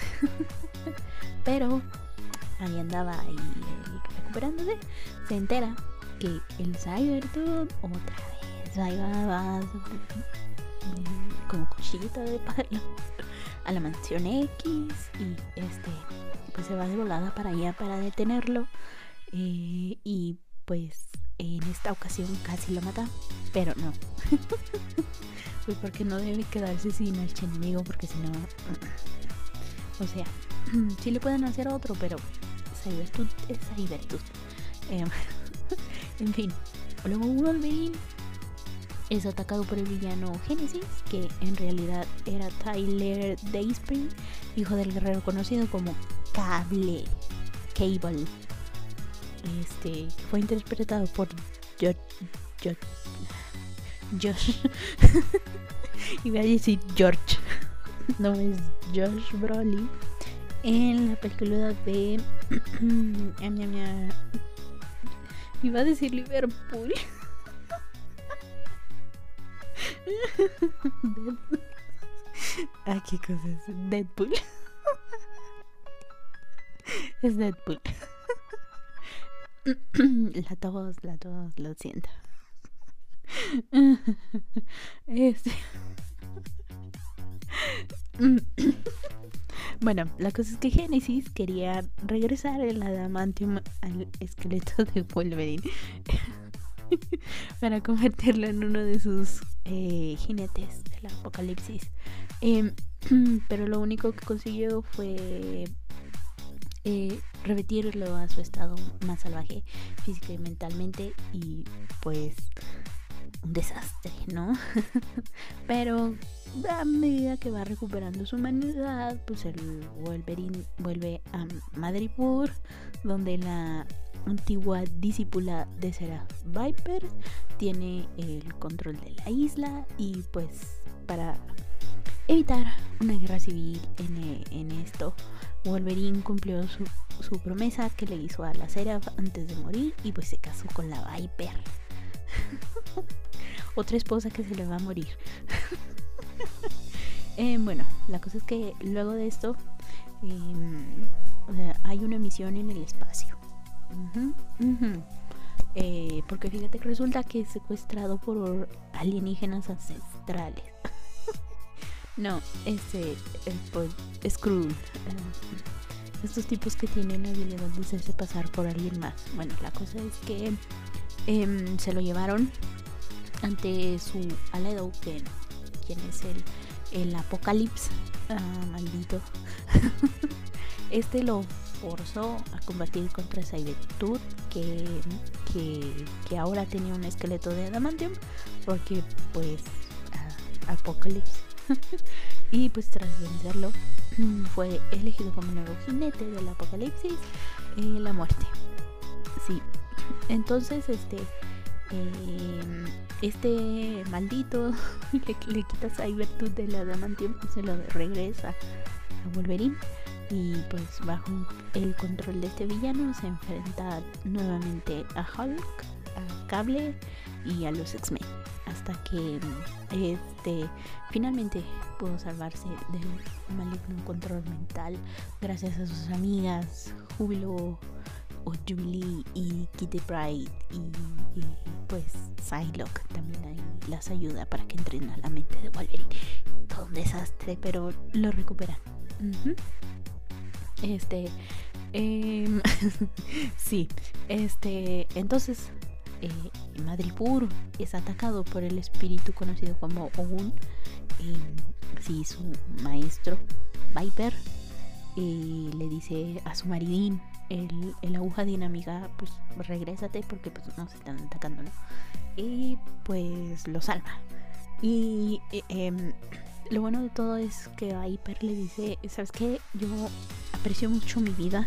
Pero ahí andaba ahí eh, recuperándose. Se entera que el Cyberdude otra vez ahí va, va como cuchillita de palo a la mansión X y este pues se va de volada para allá para detenerlo, eh, y pues en esta ocasión casi lo mata, pero no. Pues porque no debe quedarse sin archienemigo, porque si no, o sea, sí le pueden hacer otro, pero Cyberdude es Cyberdude. Eh, en fin, luego Wolverine es atacado por el villano Genesis, que en realidad era Tyler Dayspring, hijo del guerrero conocido como Cable. Cable. Este fue interpretado por Josh. Josh. Josh. Iba a decir George. No, es Josh Brolin. En la película de. Iba a decir Liverpool. Ah, qué cosa es Deadpool. Es Deadpool. La tos, la tos, lo siento. Este. Bueno, la cosa es que Genesis quería regresar el adamantium al esqueleto de Wolverine para convertirlo en uno de sus eh, jinetes del apocalipsis. Eh, pero lo único que consiguió fue eh, revertirlo a su estado más salvaje física y mentalmente, y pues un desastre, ¿no? Pero a medida que va recuperando su humanidad, pues el Wolverine vuelve a Madripoor, donde la antigua discípula de Seraph Viper tiene el control de la isla, y pues para evitar una guerra civil en, en esto, Wolverine cumplió su, su promesa que le hizo a la Seraph antes de morir, y pues se casó con la Viper. Otra esposa que se le va a morir. eh, bueno, la cosa es que luego de esto eh, hay una misión en el espacio. Uh-huh, uh-huh. Eh, porque fíjate que resulta que es secuestrado por alienígenas ancestrales. No, este, eh, pues, Skrull. Eh, estos tipos que tienen la habilidad de hacerse pasar por alguien más. Bueno, la cosa es que eh, se lo llevaron ante su alado, que quien es el, el Apocalipsis, ah, maldito. Este lo forzó a combatir contra Sabretooth, que, que, que ahora tenía un esqueleto de adamantium, porque pues uh, Apocalipsis. Y pues tras vencerlo fue elegido como nuevo jinete del Apocalipsis, eh, la muerte. Sí, entonces este Eh, este maldito le, le quita Sabretooth del adamantium y se lo regresa a Wolverine, y pues bajo el control de este villano se enfrenta nuevamente a Hulk, a Cable y a los X-Men, hasta que este finalmente pudo salvarse del maligno control mental gracias a sus amigas Júbilo o Jubilee y Kitty Pryde, y, y pues Psylocke también ahí las ayuda para que entrenen a la mente de Wolverine. Todo un desastre, pero lo recuperan. Uh-huh. Este eh, sí, este entonces eh, Madripoor es atacado por el espíritu conocido como Ogun, eh, sí, su maestro Viper, y le dice a su maridín, el, el aguja dinámica, pues regrésate porque pues nos están atacando, ¿no? Y pues lo salva. Y eh, eh, lo bueno de todo es que Viper le dice, ¿sabes qué? Yo aprecio mucho mi vida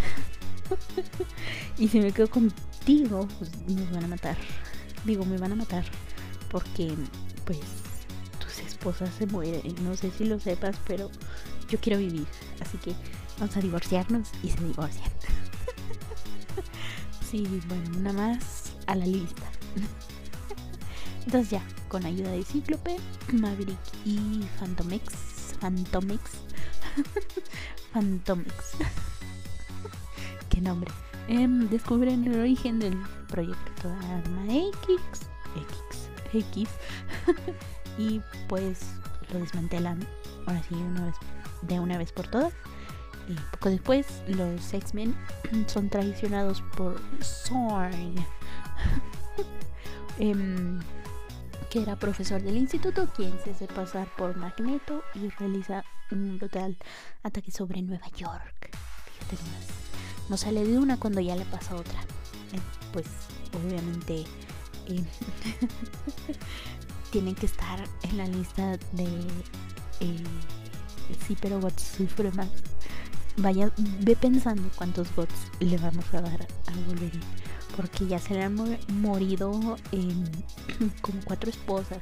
y si me quedo contigo, pues nos van a matar. Digo, me van a matar porque pues tus esposas se mueren. No sé si lo sepas, pero yo quiero vivir, así que vamos a divorciarnos, y se divorcian. Sí, bueno, una más a la lista. Entonces ya, con ayuda de Cíclope, Maverick y Fantomex, Fantomex, Fantomex, qué nombre, eh, descubren el origen del proyecto Arma X, X, X, y pues lo desmantelan, ahora sí, una vez, de una vez por todas. Y poco después los X-Men son traicionados por Zorn, eh, que era profesor del instituto, quien se hace pasar por Magneto y realiza un brutal ataque sobre Nueva York. Fíjate nomás, no sale de una cuando ya le pasa otra. pues obviamente eh, tienen que estar en la lista de eh, sí, pero bots sufre más. Vaya, ve pensando cuántos bots le vamos a dar a Wolverine, porque ya se le han mo- morido eh, como cuatro esposas.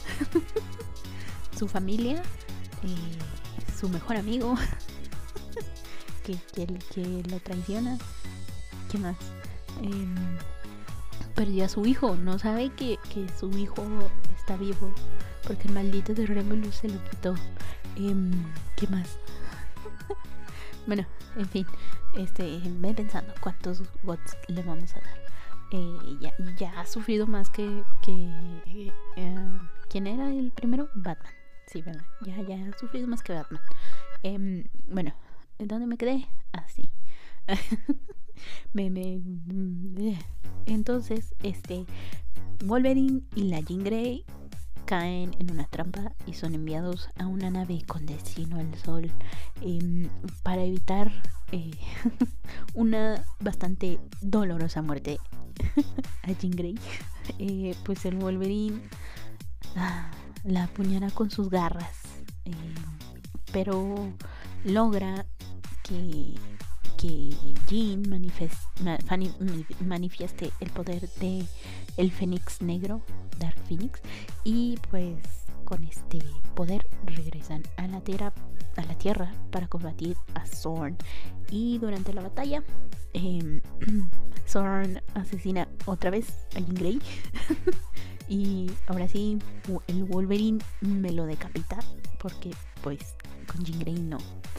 Su familia, eh, su mejor amigo que, que, que lo traiciona. ¿Qué más? Eh, perdió a su hijo. No sabe que, que su hijo está vivo porque el maldito de Remulus se lo quitó. Eh, ¿Qué más? Bueno, en fin, este, ve pensando cuántos bots le vamos a dar. Eh, ya, ya ha sufrido más que, que eh, ¿quién era el primero? Batman. Sí, ¿verdad? Ya, ya ha sufrido más que Batman. Eh, bueno, ¿en dónde me quedé? Ah, sí. me, me, entonces, este, Wolverine y la Jean Grey caen en una trampa y son enviados a una nave con destino al sol eh, para evitar eh, una bastante dolorosa muerte a Jean Grey. Eh, pues el Wolverine ah, la apuñala con sus garras, eh, pero logra que que Jean manifest, ma, fani, manifieste el poder de el Fénix Negro, Dark Phoenix, y pues con este poder regresan a la tierra, a la tierra para combatir a Zorn. Y durante la batalla eh, Zorn asesina otra vez a Jean Grey y ahora sí el Wolverine me lo decapita porque pues con Jean Grey no.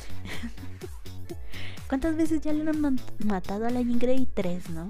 ¿Cuántas veces ya le han man- matado a la Jean Grey? Tres, ¿no?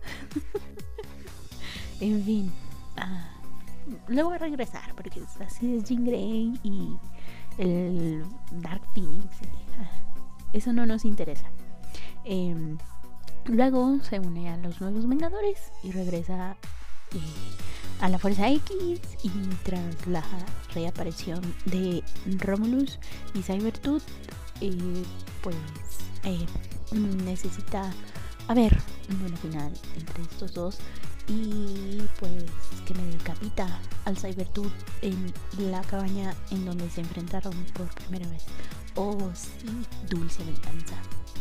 En fin. Ah, le voy a regresar porque así es Jean Grey y el Dark Phoenix. Y, ah, eso no nos interesa. Eh, luego se une a los Nuevos Vengadores y regresa eh, a la Fuerza X, y tras la reaparición de Romulus y Cybertooth, eh, pues eh, necesita haber un buen final entre estos dos, y pues que me decapita al Cybertooth en la cabaña en donde se enfrentaron por primera vez. Oh sí, dulce venganza.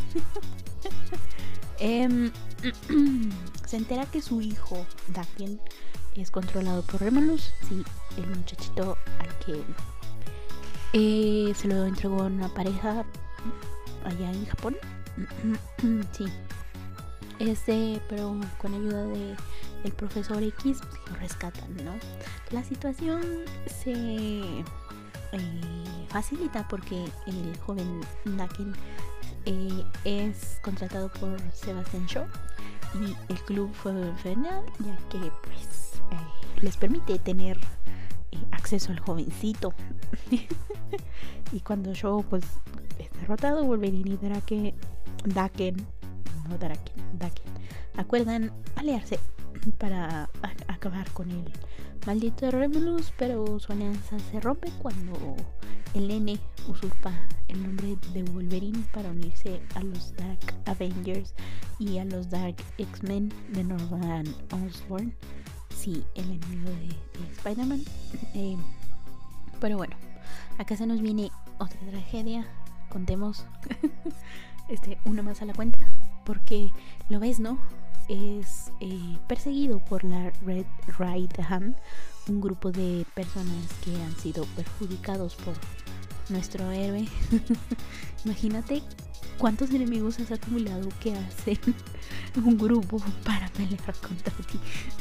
eh, se entera que su hijo Daken es controlado por Remulus, sí, el muchachito al que eh, se lo entregó a una pareja allá en Japón. Sí, este, pero con ayuda de el profesor X lo rescatan, ¿no? La situación se eh, facilita porque el joven Daken eh, es contratado por Sebastian Shaw y el club fue fenomenal, ya que pues eh, les permite tener eh, acceso al jovencito. Y cuando Shaw pues es derrotado, Wolverine y Drake, Daken, no Drake, Daken, acuerdan aliarse para a- acabar con el maldito Remulus, pero su alianza se rompe cuando el nene usurpa el nombre de Wolverine para unirse a los Dark Avengers y a los Dark X-Men de Norman Osborn, sí, el enemigo de, de Spider-Man. Eh, pero bueno, acá se nos viene otra tragedia. Contemos este, una más a la cuenta, porque lo ves, ¿no? Es eh, perseguido por la Red Right Hand, un grupo de personas que han sido perjudicados por nuestro héroe. Imagínate cuántos enemigos has acumulado que hacen un grupo para pelear contra ti.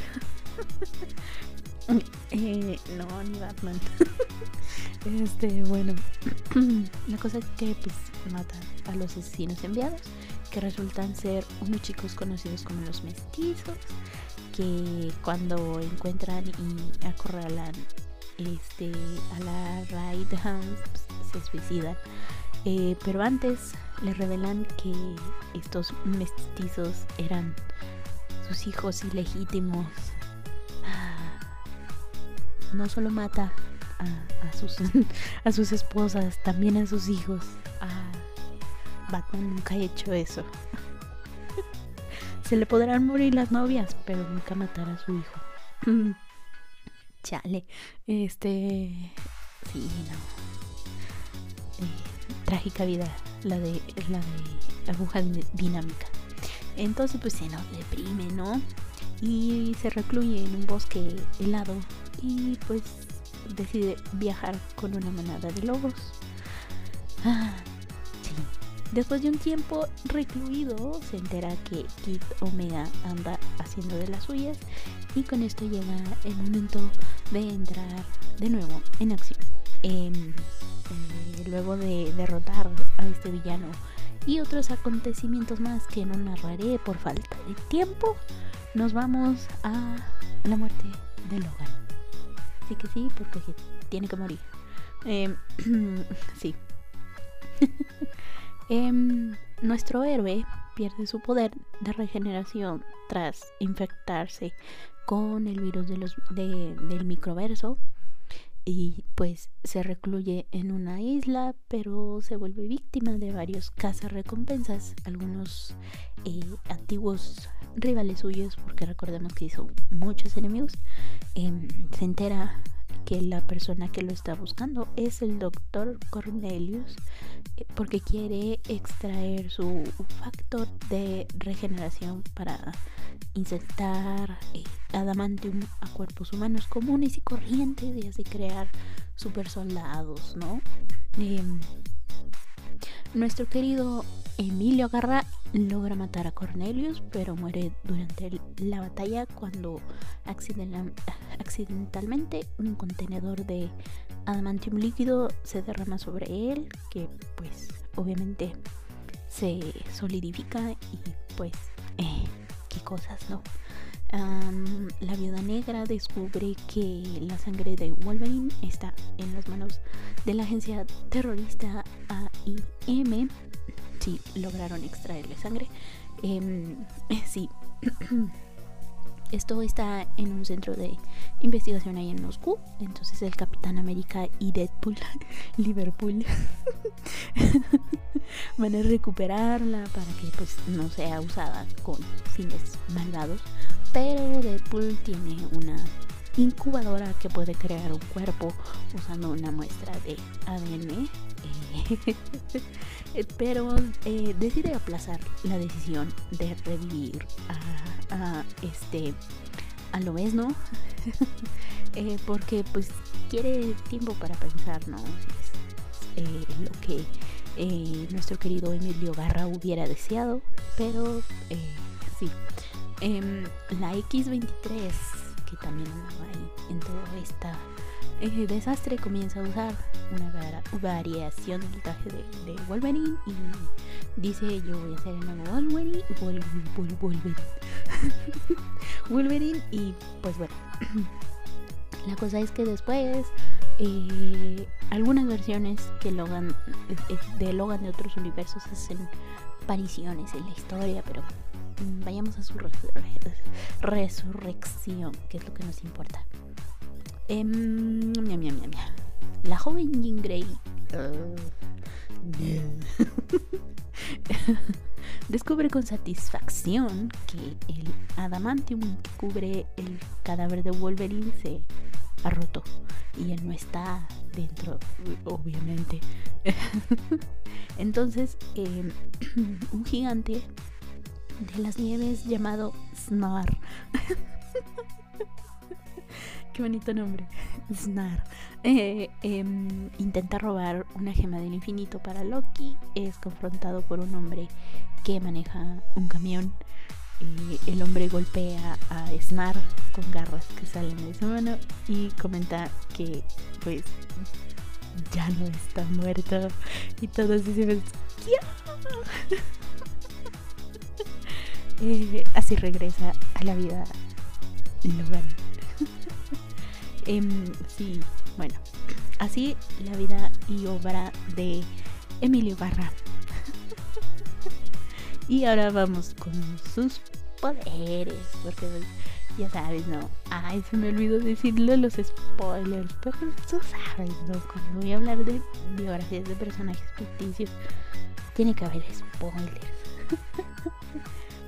eh, no, ni Batman. Este, bueno, la cosa es que pues mata a los asesinos enviados, que resultan ser unos chicos conocidos como los mestizos, que cuando encuentran y acorralan este a la Right Hands pues, se suicidan. Eh, pero antes le revelan que estos mestizos eran sus hijos ilegítimos. No solo mata a, a, sus, a sus esposas, también a sus hijos. Ah, Batman nunca ha hecho eso. se le podrán morir las novias, pero nunca matar a su hijo. Chale. Este... Sí, no. Eh, trágica vida, la de la de Aguja Dinámica. Entonces pues se nos deprime, ¿no? Y se recluye en un bosque helado y pues decide viajar con una manada de lobos. Ah, sí. Después de un tiempo recluido, se entera que Kid Omega anda haciendo de las suyas y con esto llega el momento de entrar de nuevo en acción. Eh, eh, luego de derrotar a este villano y otros acontecimientos más que no narraré por falta de tiempo, nos vamos a la muerte de Logan. Sí que sí, porque tiene que morir. Eh, sí. eh, nuestro héroe pierde su poder de regeneración tras infectarse con el virus de los, de, del microverso. Y pues se recluye en una isla, pero se vuelve víctima de varios cazarrecompensas, algunos eh, antiguos rivales suyos, porque recordemos que hizo muchos enemigos. Eh, se entera que la persona que lo está buscando es el doctor Cornelius, eh, porque quiere extraer su factor de regeneración para insertar eh, adamantium a cuerpos humanos comunes y corrientes y así crear super soldados, ¿no? Eh, nuestro querido Emilio Garra logra matar a Cornelius, pero muere durante el, la batalla cuando accidental, accidentalmente un contenedor de adamantium líquido se derrama sobre él, que pues obviamente se solidifica y pues eh, qué cosas, ¿no? Um, la Viuda Negra descubre que la sangre de Wolverine está en las manos de la agencia terrorista A I M. Sí, lograron extraerle sangre. Eh, sí. Esto está en un centro de investigación ahí en Moscú. Entonces el Capitán América y Deadpool, Liverpool, van a recuperarla para que pues no sea usada con fines malvados. Pero Deadpool tiene una incubadora que puede crear un cuerpo usando una muestra de A D N. Eh, pero eh, decide aplazar la decisión de revivir a, a este a Lobezno, eh, porque pues quiere tiempo para pensar, ¿no? Si es eh, lo que eh, nuestro querido Emilio Garra hubiera deseado, pero eh, sí. Eh, la equis veintitrés, que también andaba ahí en todo esta eh, desastre, comienza a usar una var- variación del traje de, de Wolverine y dice: yo voy a ser el nuevo Wolverine, Wolverine, Wolverine. Wolverine. Y pues bueno, la cosa es que después eh, algunas versiones que Logan eh, de Logan de otros universos hacen apariciones en la historia, pero vayamos a su resur- resurrección, que es lo que nos importa. Eh, mia, mia, mia, mia. La joven Jean Grey uh, descubre con satisfacción que el adamantium que cubre el cadáver de Wolverine se ha roto y él no está dentro, obviamente. Entonces eh, un gigante de las nieves llamado Snar qué bonito nombre, Snar, eh, eh, intenta robar una gema del infinito para Loki. Es confrontado por un hombre que maneja un camión. Eh, el hombre golpea a Snar con garras que salen de su mano y comenta que pues ya no está muerto y todos decimos ¡ya! Eh, así regresa a la vida Logan. eh, sí, bueno, así la vida y obra de Emilio Garra. Y ahora vamos con sus poderes, porque ya sabes, ¿no? Ay, se me olvidó decirle los spoilers, pero tú sabes, ¿no? Cuando voy a hablar de biografías de personajes ficticios, tiene que haber spoilers.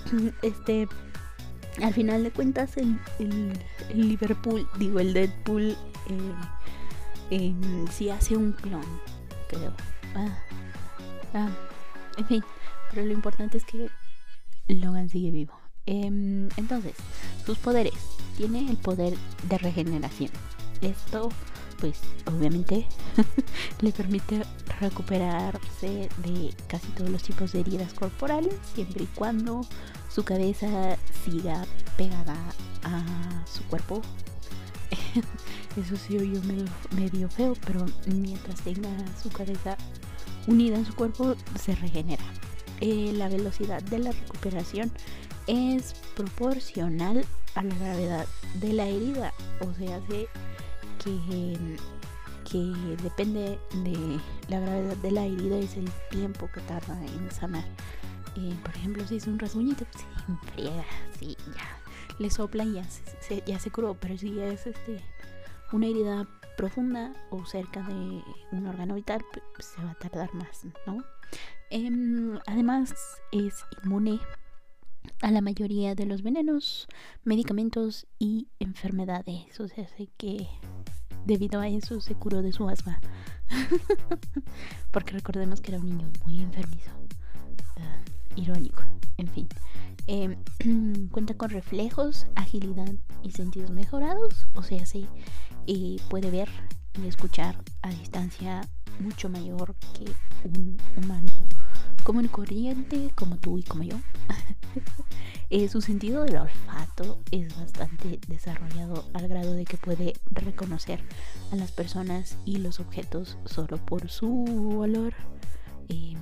este, al final de cuentas, el, el, el Liverpool, digo, el Deadpool, eh, eh, sí hace un clon, creo. Ah, ah, en fin, pero lo importante es que Logan sigue vivo. Eh, entonces, sus poderes. Tiene el poder de regeneración. Esto, pues, obviamente, le permite recuperarse de casi todos los tipos de heridas corporales, siempre y cuando su cabeza siga pegada a su cuerpo. Eso sí oyó medio, medio feo, pero mientras tenga su cabeza unida en su cuerpo, se regenera. Eh, la velocidad de la recuperación es proporcional a la gravedad de la herida, o sea, hace que, que depende de la gravedad de la herida, es el tiempo que tarda en sanar. Eh, por ejemplo, si es un rasguñito, pues sí, friega, sí, ya le sopla y ya se, se, ya se curó. Pero si es este una herida profunda o cerca de un órgano vital, pues se va a tardar más, ¿no? Eh, además, es inmune a la mayoría de los venenos, medicamentos y enfermedades. O sea, sé que debido a eso se curó de su asma. Porque recordemos que era un niño muy enfermizo. Uh, irónico, en fin. Eh, cuenta con reflejos, agilidad y sentidos mejorados. O sea, sí, eh, puede ver y escuchar a distancia mucho mayor que un humano común y corriente, como tú y como yo. eh, su sentido del olfato es bastante desarrollado al grado de que puede reconocer a las personas y los objetos solo por su olor. Eh,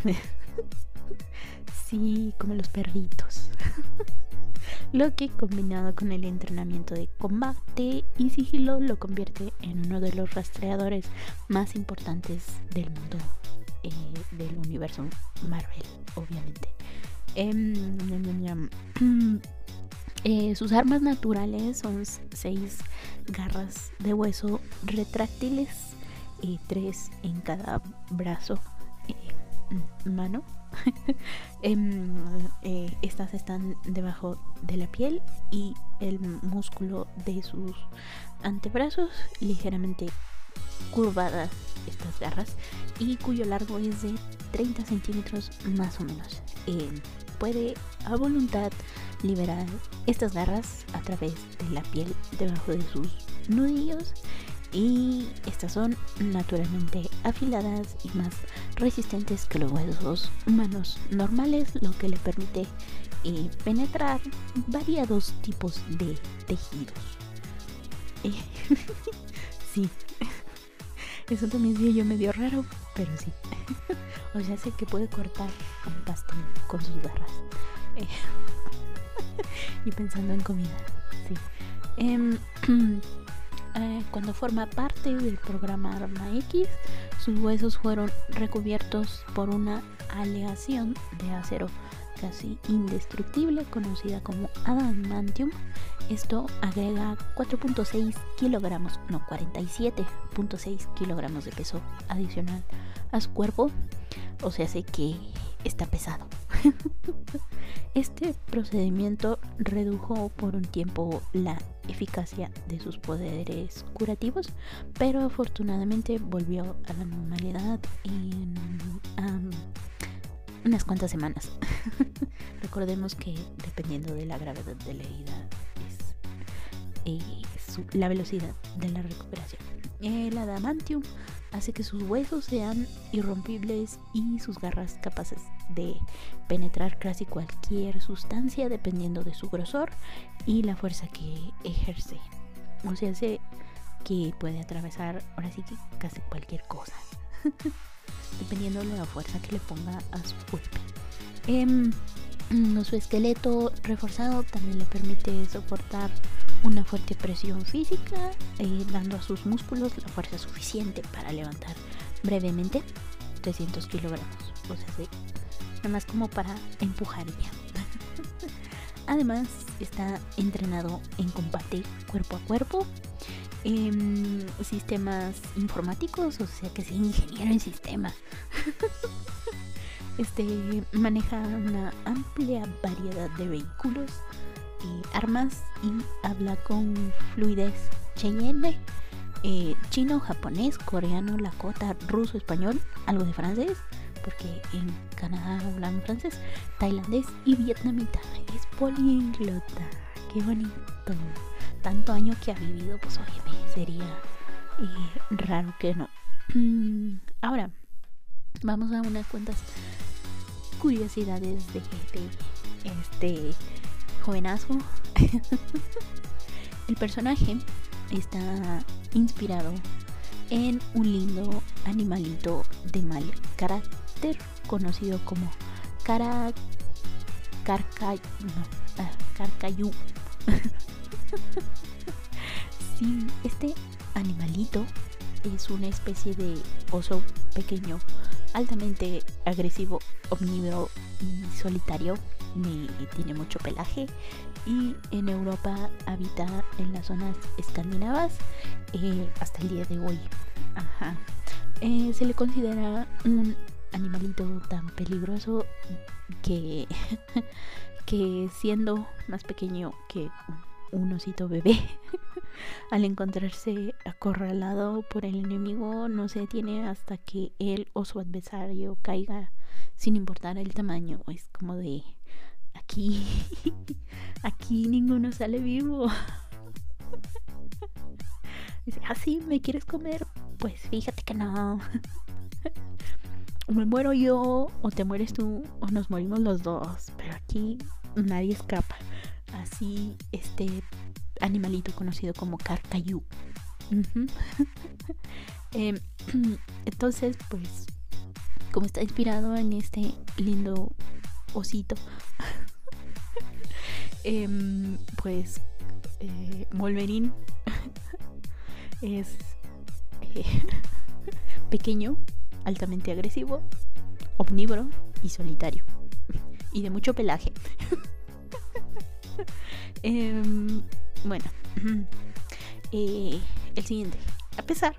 sí, como los perritos. Lo que, combinado con el entrenamiento de combate y sigilo, lo convierte en uno de los rastreadores más importantes del mundo, eh, del universo Marvel, obviamente. Eh, eh, sus armas naturales son seis garras de hueso retráctiles, eh, tres en cada brazo, eh, mano. eh, eh, estas están debajo de la piel y el músculo de sus antebrazos, ligeramente curvadas estas garras, y cuyo largo es de treinta centímetros más o menos. Eh, puede a voluntad liberar estas garras a través de la piel debajo de sus nudillos, y estas son naturalmente afiladas y más resistentes que los huesos humanos normales, lo que le permite eh, penetrar variados tipos de tejidos. Eh, sí, eso también sí yo medio raro, pero sí. O sea, sé que puede cortar un pastel con sus garras. Eh, y pensando en comida, sí. Eh, Eh, cuando forma parte del programa Arma X, sus huesos fueron recubiertos por una aleación de acero casi indestructible conocida como adamantium. Esto agrega cuatro punto seis kilogramos, no, cuarenta y siete punto seis kilogramos de peso adicional a su cuerpo. O sea, sé que está pesado. Este procedimiento redujo por un tiempo la eficacia de sus poderes curativos, pero afortunadamente volvió a la normalidad en um, unas cuantas semanas. Recordemos que dependiendo de la gravedad de la herida es eh, su, la velocidad de la recuperación. El adamantium hace que sus huesos sean irrompibles y sus garras capaces de penetrar casi cualquier sustancia dependiendo de su grosor y la fuerza que ejerce. O sea, sé que puede atravesar ahora sí que casi cualquier cosa dependiendo de la fuerza que le ponga a su golpe. Eh, su esqueleto reforzado también le permite soportar una fuerte presión física, eh, dando a sus músculos la fuerza suficiente para levantar brevemente trescientos kilogramos. O sea, sí, nada más como para empujar ya. Además, está entrenado en combate cuerpo a cuerpo, en sistemas informáticos, o sea que es ingeniero en sistema. Este maneja una amplia variedad de vehículos y armas y habla con fluidez cheyenne, eh, chino, japonés, coreano, lakota, ruso, español, algo de francés, porque en Canadá hablan francés, tailandés y vietnamita. Es políglota. Qué bonito. Tanto año que ha vivido, pues oye, sería eh, raro que no. Ahora, vamos a unas cuantas curiosidades de, de este jovenazo. El personaje está inspirado en un lindo animalito de mal carácter conocido como cara carcay no, ah, carcayú. Sí, este animalito es una especie de oso pequeño, altamente agresivo, omnívoro y solitario. Y tiene mucho pelaje y en Europa habita en las zonas escandinavas eh, hasta el día de hoy. Ajá. Eh, se le considera un animalito tan peligroso que, que siendo más pequeño que un osito bebé, al encontrarse acorralado por el enemigo, no se detiene hasta que él o su adversario caiga, sin importar el tamaño. Es como de aquí, aquí ninguno sale vivo. Dice, ¿ah, sí? ¿Me quieres comer? Pues fíjate que no. O me muero yo, o te mueres tú, o nos morimos los dos. Pero aquí nadie escapa. Así, este animalito conocido como carcayú. Uh-huh. eh, entonces, pues, como está inspirado en este lindo osito, eh, pues eh, Wolverine es eh, pequeño, altamente agresivo, omnívoro y solitario, y de mucho pelaje. eh, bueno, eh, el siguiente. A pesar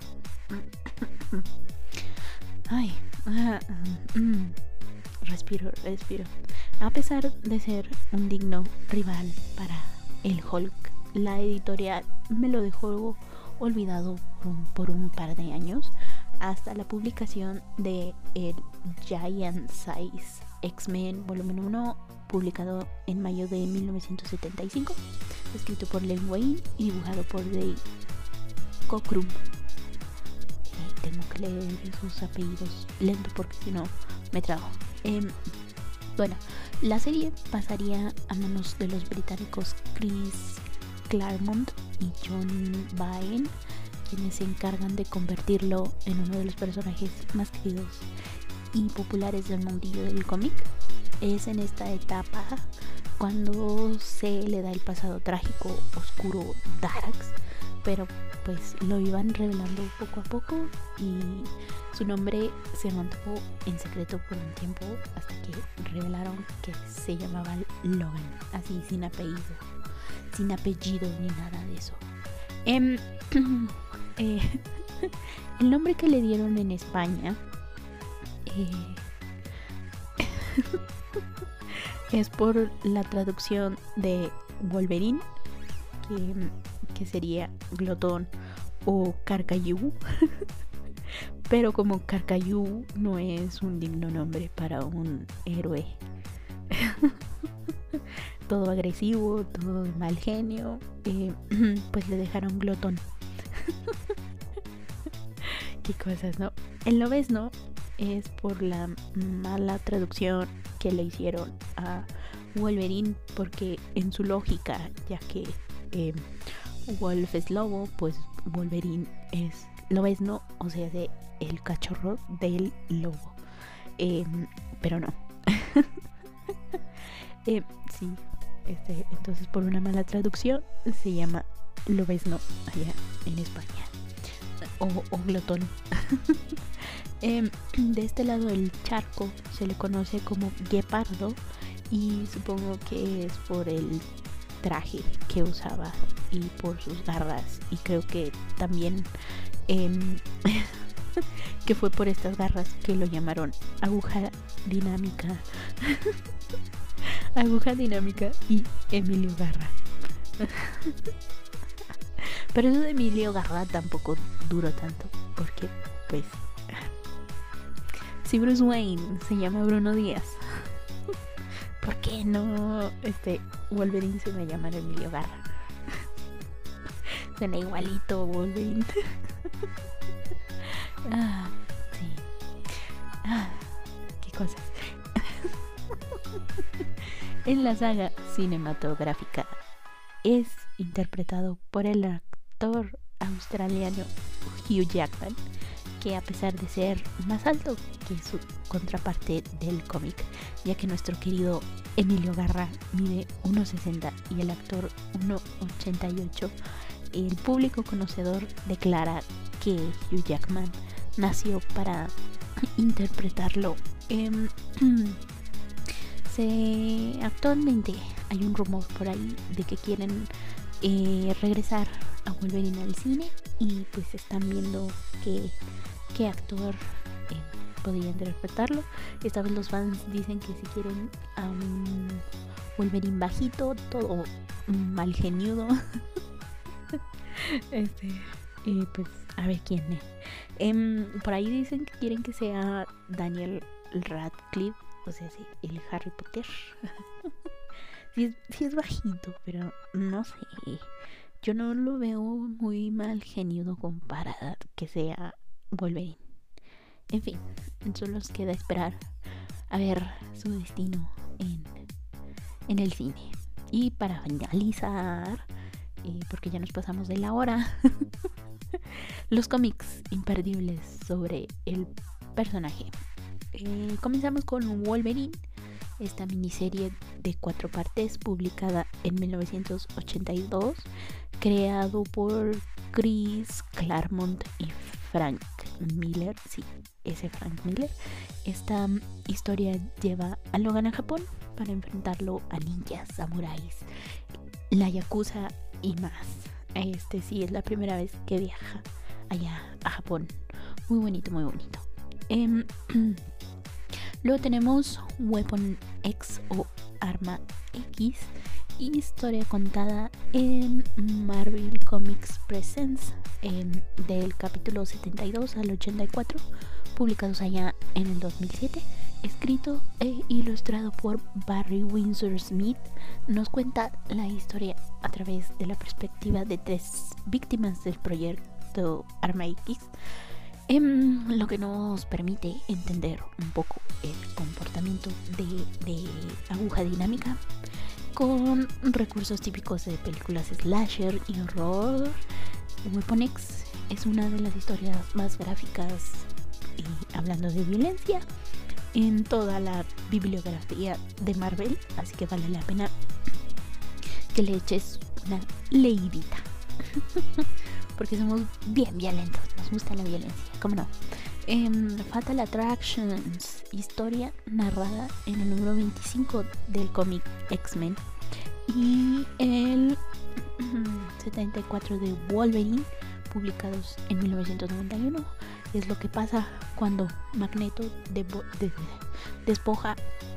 ay uh, um, respiro, respiro a pesar de ser un digno rival para el Hulk, la editorial me lo dejó olvidado por un, por un par de años, hasta la publicación de el Giant Size X-Men volumen uno, publicado en mayo de mil novecientos setenta y cinco, escrito por Len Wein y dibujado por Dave Cockrum. Eh, tengo que leer sus apellidos lento porque si no me trago. Eh, bueno, la serie pasaría a manos de los británicos Chris Claremont y John Byrne, quienes se encargan de convertirlo en uno de los personajes más queridos y populares del mundillo del cómic. Es en esta etapa cuando se le da el pasado trágico, oscuro, darks, pero pues lo iban revelando poco a poco y su nombre se mantuvo en secreto por un tiempo hasta que revelaron que se llamaba Logan, así sin apellido, sin apellido ni nada de eso. Eh, eh, el nombre que le dieron en España eh, es por la traducción de Wolverine, que, que sería glotón o carcayú. Pero como carcayú no es un digno nombre para un héroe todo agresivo, todo de mal genio, eh, pues le dejaron glotón. Qué cosas, ¿no? El lobezno es por la mala traducción que le hicieron a Wolverine, porque en su lógica, ya que eh, Wolf es lobo, pues Wolverine es lobezno, o sea, de el cachorro del lobo. Eh, pero no. eh, sí, este, entonces por una mala traducción se llama lobezno allá en España. O, o glotón. eh, de este lado del charco se le conoce como guepardo, y supongo que es por el traje que usaba y por sus garras, y creo que también eh, que fue por estas garras que lo llamaron aguja dinámica. Aguja dinámica y Emilio Garra. Pero eso de Emilio Garra tampoco duró tanto, porque pues si Bruce Wayne se llama Bruno Díaz, ¿por qué no este Wolverine se me llama Emilio Garra? Suena igualito Wolverine. Ah, sí. Ah, qué cosas. En la saga cinematográfica es interpretado por el actor australiano Hugh Jackman, que a pesar de ser más alto que su contraparte del cómic, ya que nuestro querido Emilio Garra mide uno sesenta y el actor uno ochenta y ocho, el público conocedor declara que Hugh Jackman nació para interpretarlo. Eh, se, actualmente hay un rumor por ahí de que quieren eh, regresar a Wolverine al cine, y pues están viendo qué, qué actor eh, podría interpretarlo. Esta vez los fans dicen que si quieren a un Wolverine bajito, todo mal geniudo. este y pues a ver quién es. Eh, por ahí dicen que quieren que sea Daniel Radcliffe, o sea, sí, el Harry Potter. sí, es, sí es bajito, pero no sé. Yo no lo veo muy mal geniudo como para que sea Wolverine. En fin, solo nos queda esperar a ver su destino en, en el cine. Y para finalizar, eh, porque ya nos pasamos de la hora, los cómics imperdibles sobre el personaje. Eh, comenzamos con Wolverine, esta miniserie de cuatro partes publicada en mil novecientos ochenta y dos, creado por Chris Claremont y Frank Miller. Sí, ese Frank Miller. Esta historia lleva a Logan a Japón para enfrentarlo a ninjas, samuráis, la yakuza y más. Este sí es la primera vez que viaja allá a Japón. Muy bonito, muy bonito. Eh, luego tenemos Weapon X o Arma X, historia contada en Marvel Comics Presents, eh, del capítulo setenta y dos al ochenta y cuatro, publicados allá en el dos mil siete. Escrito e ilustrado por Barry Windsor Smith, nos cuenta la historia a través de la perspectiva de tres víctimas del proyecto Arma X, eh, lo que nos permite entender un poco el comportamiento de, de aguja dinámica con recursos típicos de películas slasher y horror. Weapon X es una de las historias más gráficas, y hablando de violencia, en toda la bibliografía de Marvel, así que vale la pena que le eches una leidita. Porque somos bien violentos, nos gusta la violencia, ¿cómo no? Eh, Fatal Attractions, historia narrada en el número veinticinco del cómic X-Men, y el setenta y cuatro de Wolverine, publicados en mil novecientos noventa y uno. Es lo que pasa cuando Magneto debo, de, despoja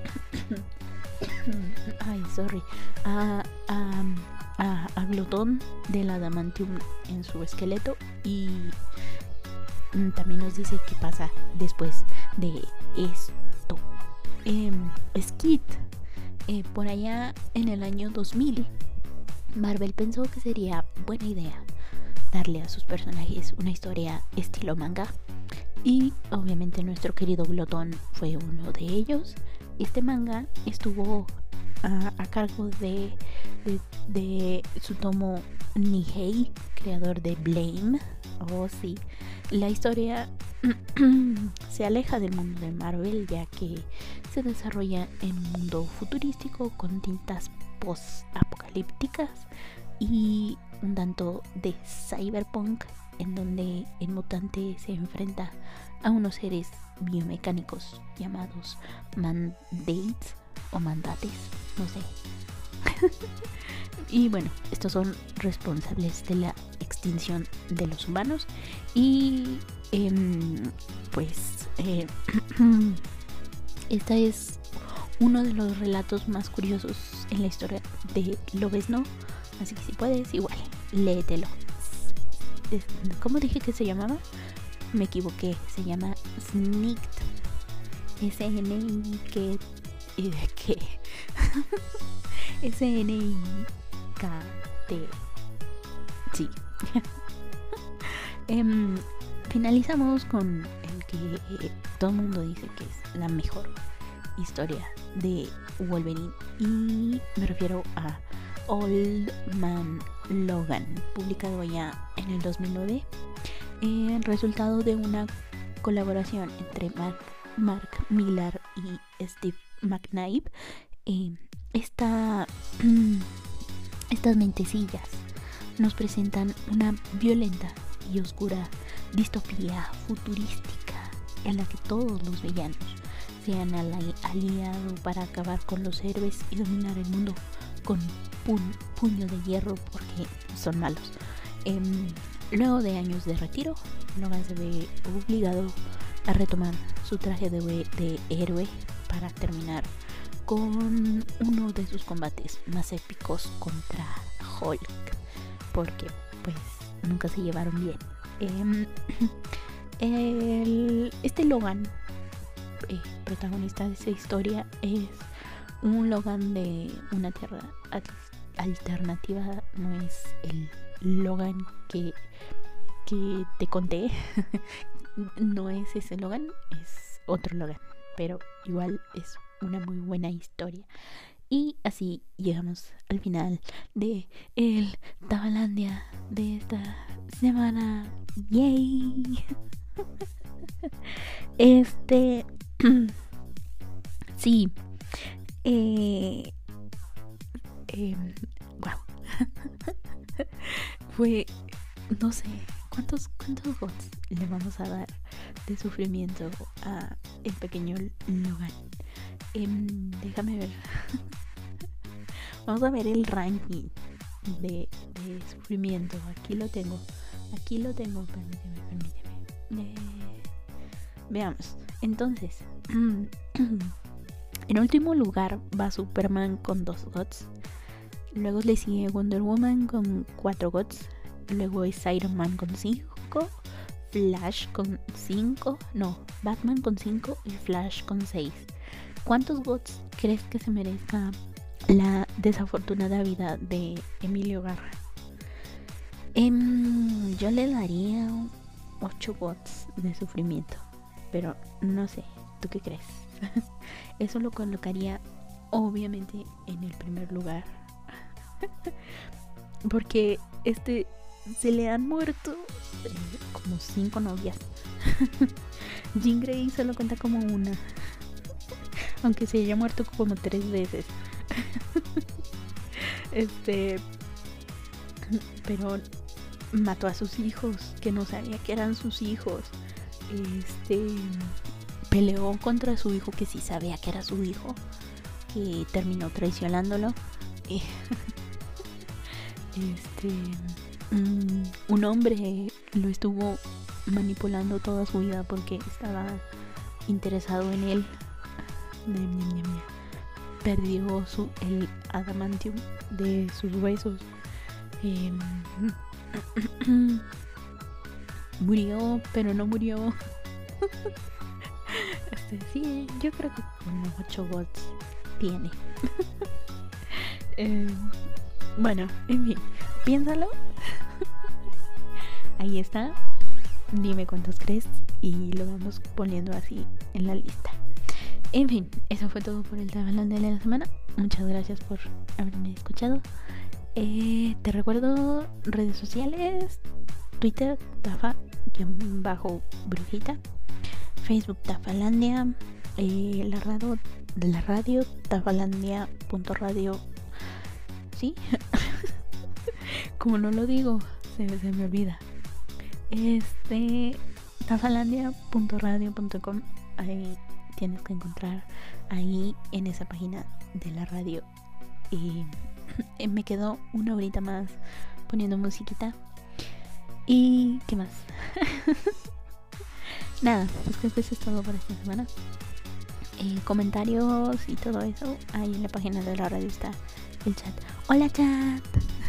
ay, sorry a, a, a, a Glotón del adamantium en su esqueleto, y también nos dice qué pasa después de esto. eh, Skid, eh, por allá en el año dos mil, Marvel pensó que sería buena idea darle a sus personajes una historia estilo manga, y obviamente nuestro querido Glotón fue uno de ellos. Este manga estuvo a, a cargo de, de, de Tsutomu Nihei, creador de Blame. Oh sí, la historia se aleja del mundo de Marvel, ya que se desarrolla en un mundo futurístico con tintas post-apocalípticas y un tanto de cyberpunk, en donde el mutante se enfrenta a unos seres biomecánicos llamados mandates o mandates, no sé. Y bueno, estos son responsables de la extinción de los humanos, y Eh, pues eh, esta es uno de los relatos más curiosos en la historia de Lobezno, así que si puedes, igual, léetelo. ¿Cómo dije que se llamaba? Me equivoqué, se llama Snikt. S N I K T S N I K T. Sí. um, finalizamos con el que eh, todo el mundo dice que es la mejor historia de Wolverine, y me refiero a Old Man Logan, publicado ya en el dos mil nueve, eh, resultado de una colaboración entre Mark, Mark Millar y Steve McNive. Eh, esta, estas mentecillas nos presentan una violenta y oscura distopía futurística en la que todos los villanos se han aliado para acabar con los héroes y dominar el mundo con pu puño de hierro porque son malos. Eh, luego de años de retiro, Logan se ve obligado a retomar su traje de, de héroe para terminar con uno de sus combates más épicos contra Hulk, porque pues nunca se llevaron bien. Eh, el, este Logan, eh, protagonista de esta historia, es un Logan de una tierra alternativa. No es el Logan que, que te conté. No es ese Logan, es otro Logan, pero igual es una muy buena historia. Y así llegamos al final de el Tabalandia de esta semana. ¡Yay! Este sí, eh, eh, wow. Fue, no sé, ¿cuántos, cuántos bots le vamos a dar de sufrimiento a el pequeño Logan? Eh, déjame ver. Vamos a ver el ranking de, de sufrimiento. Aquí lo tengo. Aquí lo tengo. Permíteme, permíteme. Eh, veamos. Entonces, en último lugar va Superman con dos gots. Luego le sigue Wonder Woman con cuatro gots. Luego es Iron Man con cinco. Flash con cinco. No, Batman con cinco y Flash con seis. ¿Cuántos gots crees que se merezca la desafortunada vida de Emilio Garra? Um, yo le daría ocho gots de sufrimiento, pero no sé, ¿tú qué crees? Eso lo colocaría obviamente en el primer lugar, porque este se le han muerto eh, como cinco novias. Jean Grey solo cuenta como una, aunque se haya muerto como tres veces. Este, pero mató a sus hijos, que no sabía que eran sus hijos. Este, peleó contra su hijo, que sí sabía que era su hijo, que terminó traicionándolo. Este, um, un hombre lo estuvo manipulando toda su vida porque estaba interesado en él. Perdió su, el adamantium de sus huesos. Eh, murió, pero no murió. Este, sí, yo creo que con los ocho bots tiene. eh, bueno, en fin, piénsalo. Ahí está. Dime cuántos crees y lo vamos poniendo así en la lista. En fin, eso fue todo por el Tabalandia de la semana. Muchas gracias por haberme escuchado. Eh, te recuerdo redes sociales: Twitter, Tafa-Brujita, Facebook, Tafalandia, eh, la radio, de la radio, tafalandia.radio. ¿Sí? Como no lo digo, se, se me olvida. Este, tafalandia punto radio punto com. Ahí tienes que encontrar, ahí en esa página de la radio. Y me quedó una horita más poniendo musiquita. ¿Y qué más? nada, pues creo que eso es todo por esta semana. Eh, comentarios y todo eso, ahí en la página de la radio está el chat. Hola chat.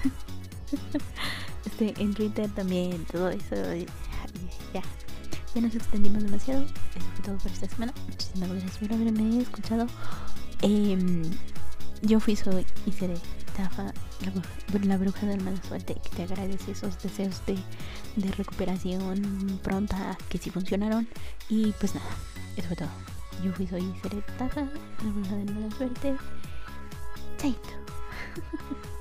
Este, en Twitter también, todo eso. Ya, ya nos extendimos demasiado. Eso fue todo por esta semana. Muchísimas gracias por haberme escuchado. Eh, yo fui, soy y seré Tafa, la, la bruja de mala suerte, que te agradece esos deseos de, de recuperación pronta que sí funcionaron. Y pues nada, eso fue todo. Yo fui, soy y seré Tafa, la bruja de mala suerte. Chaito.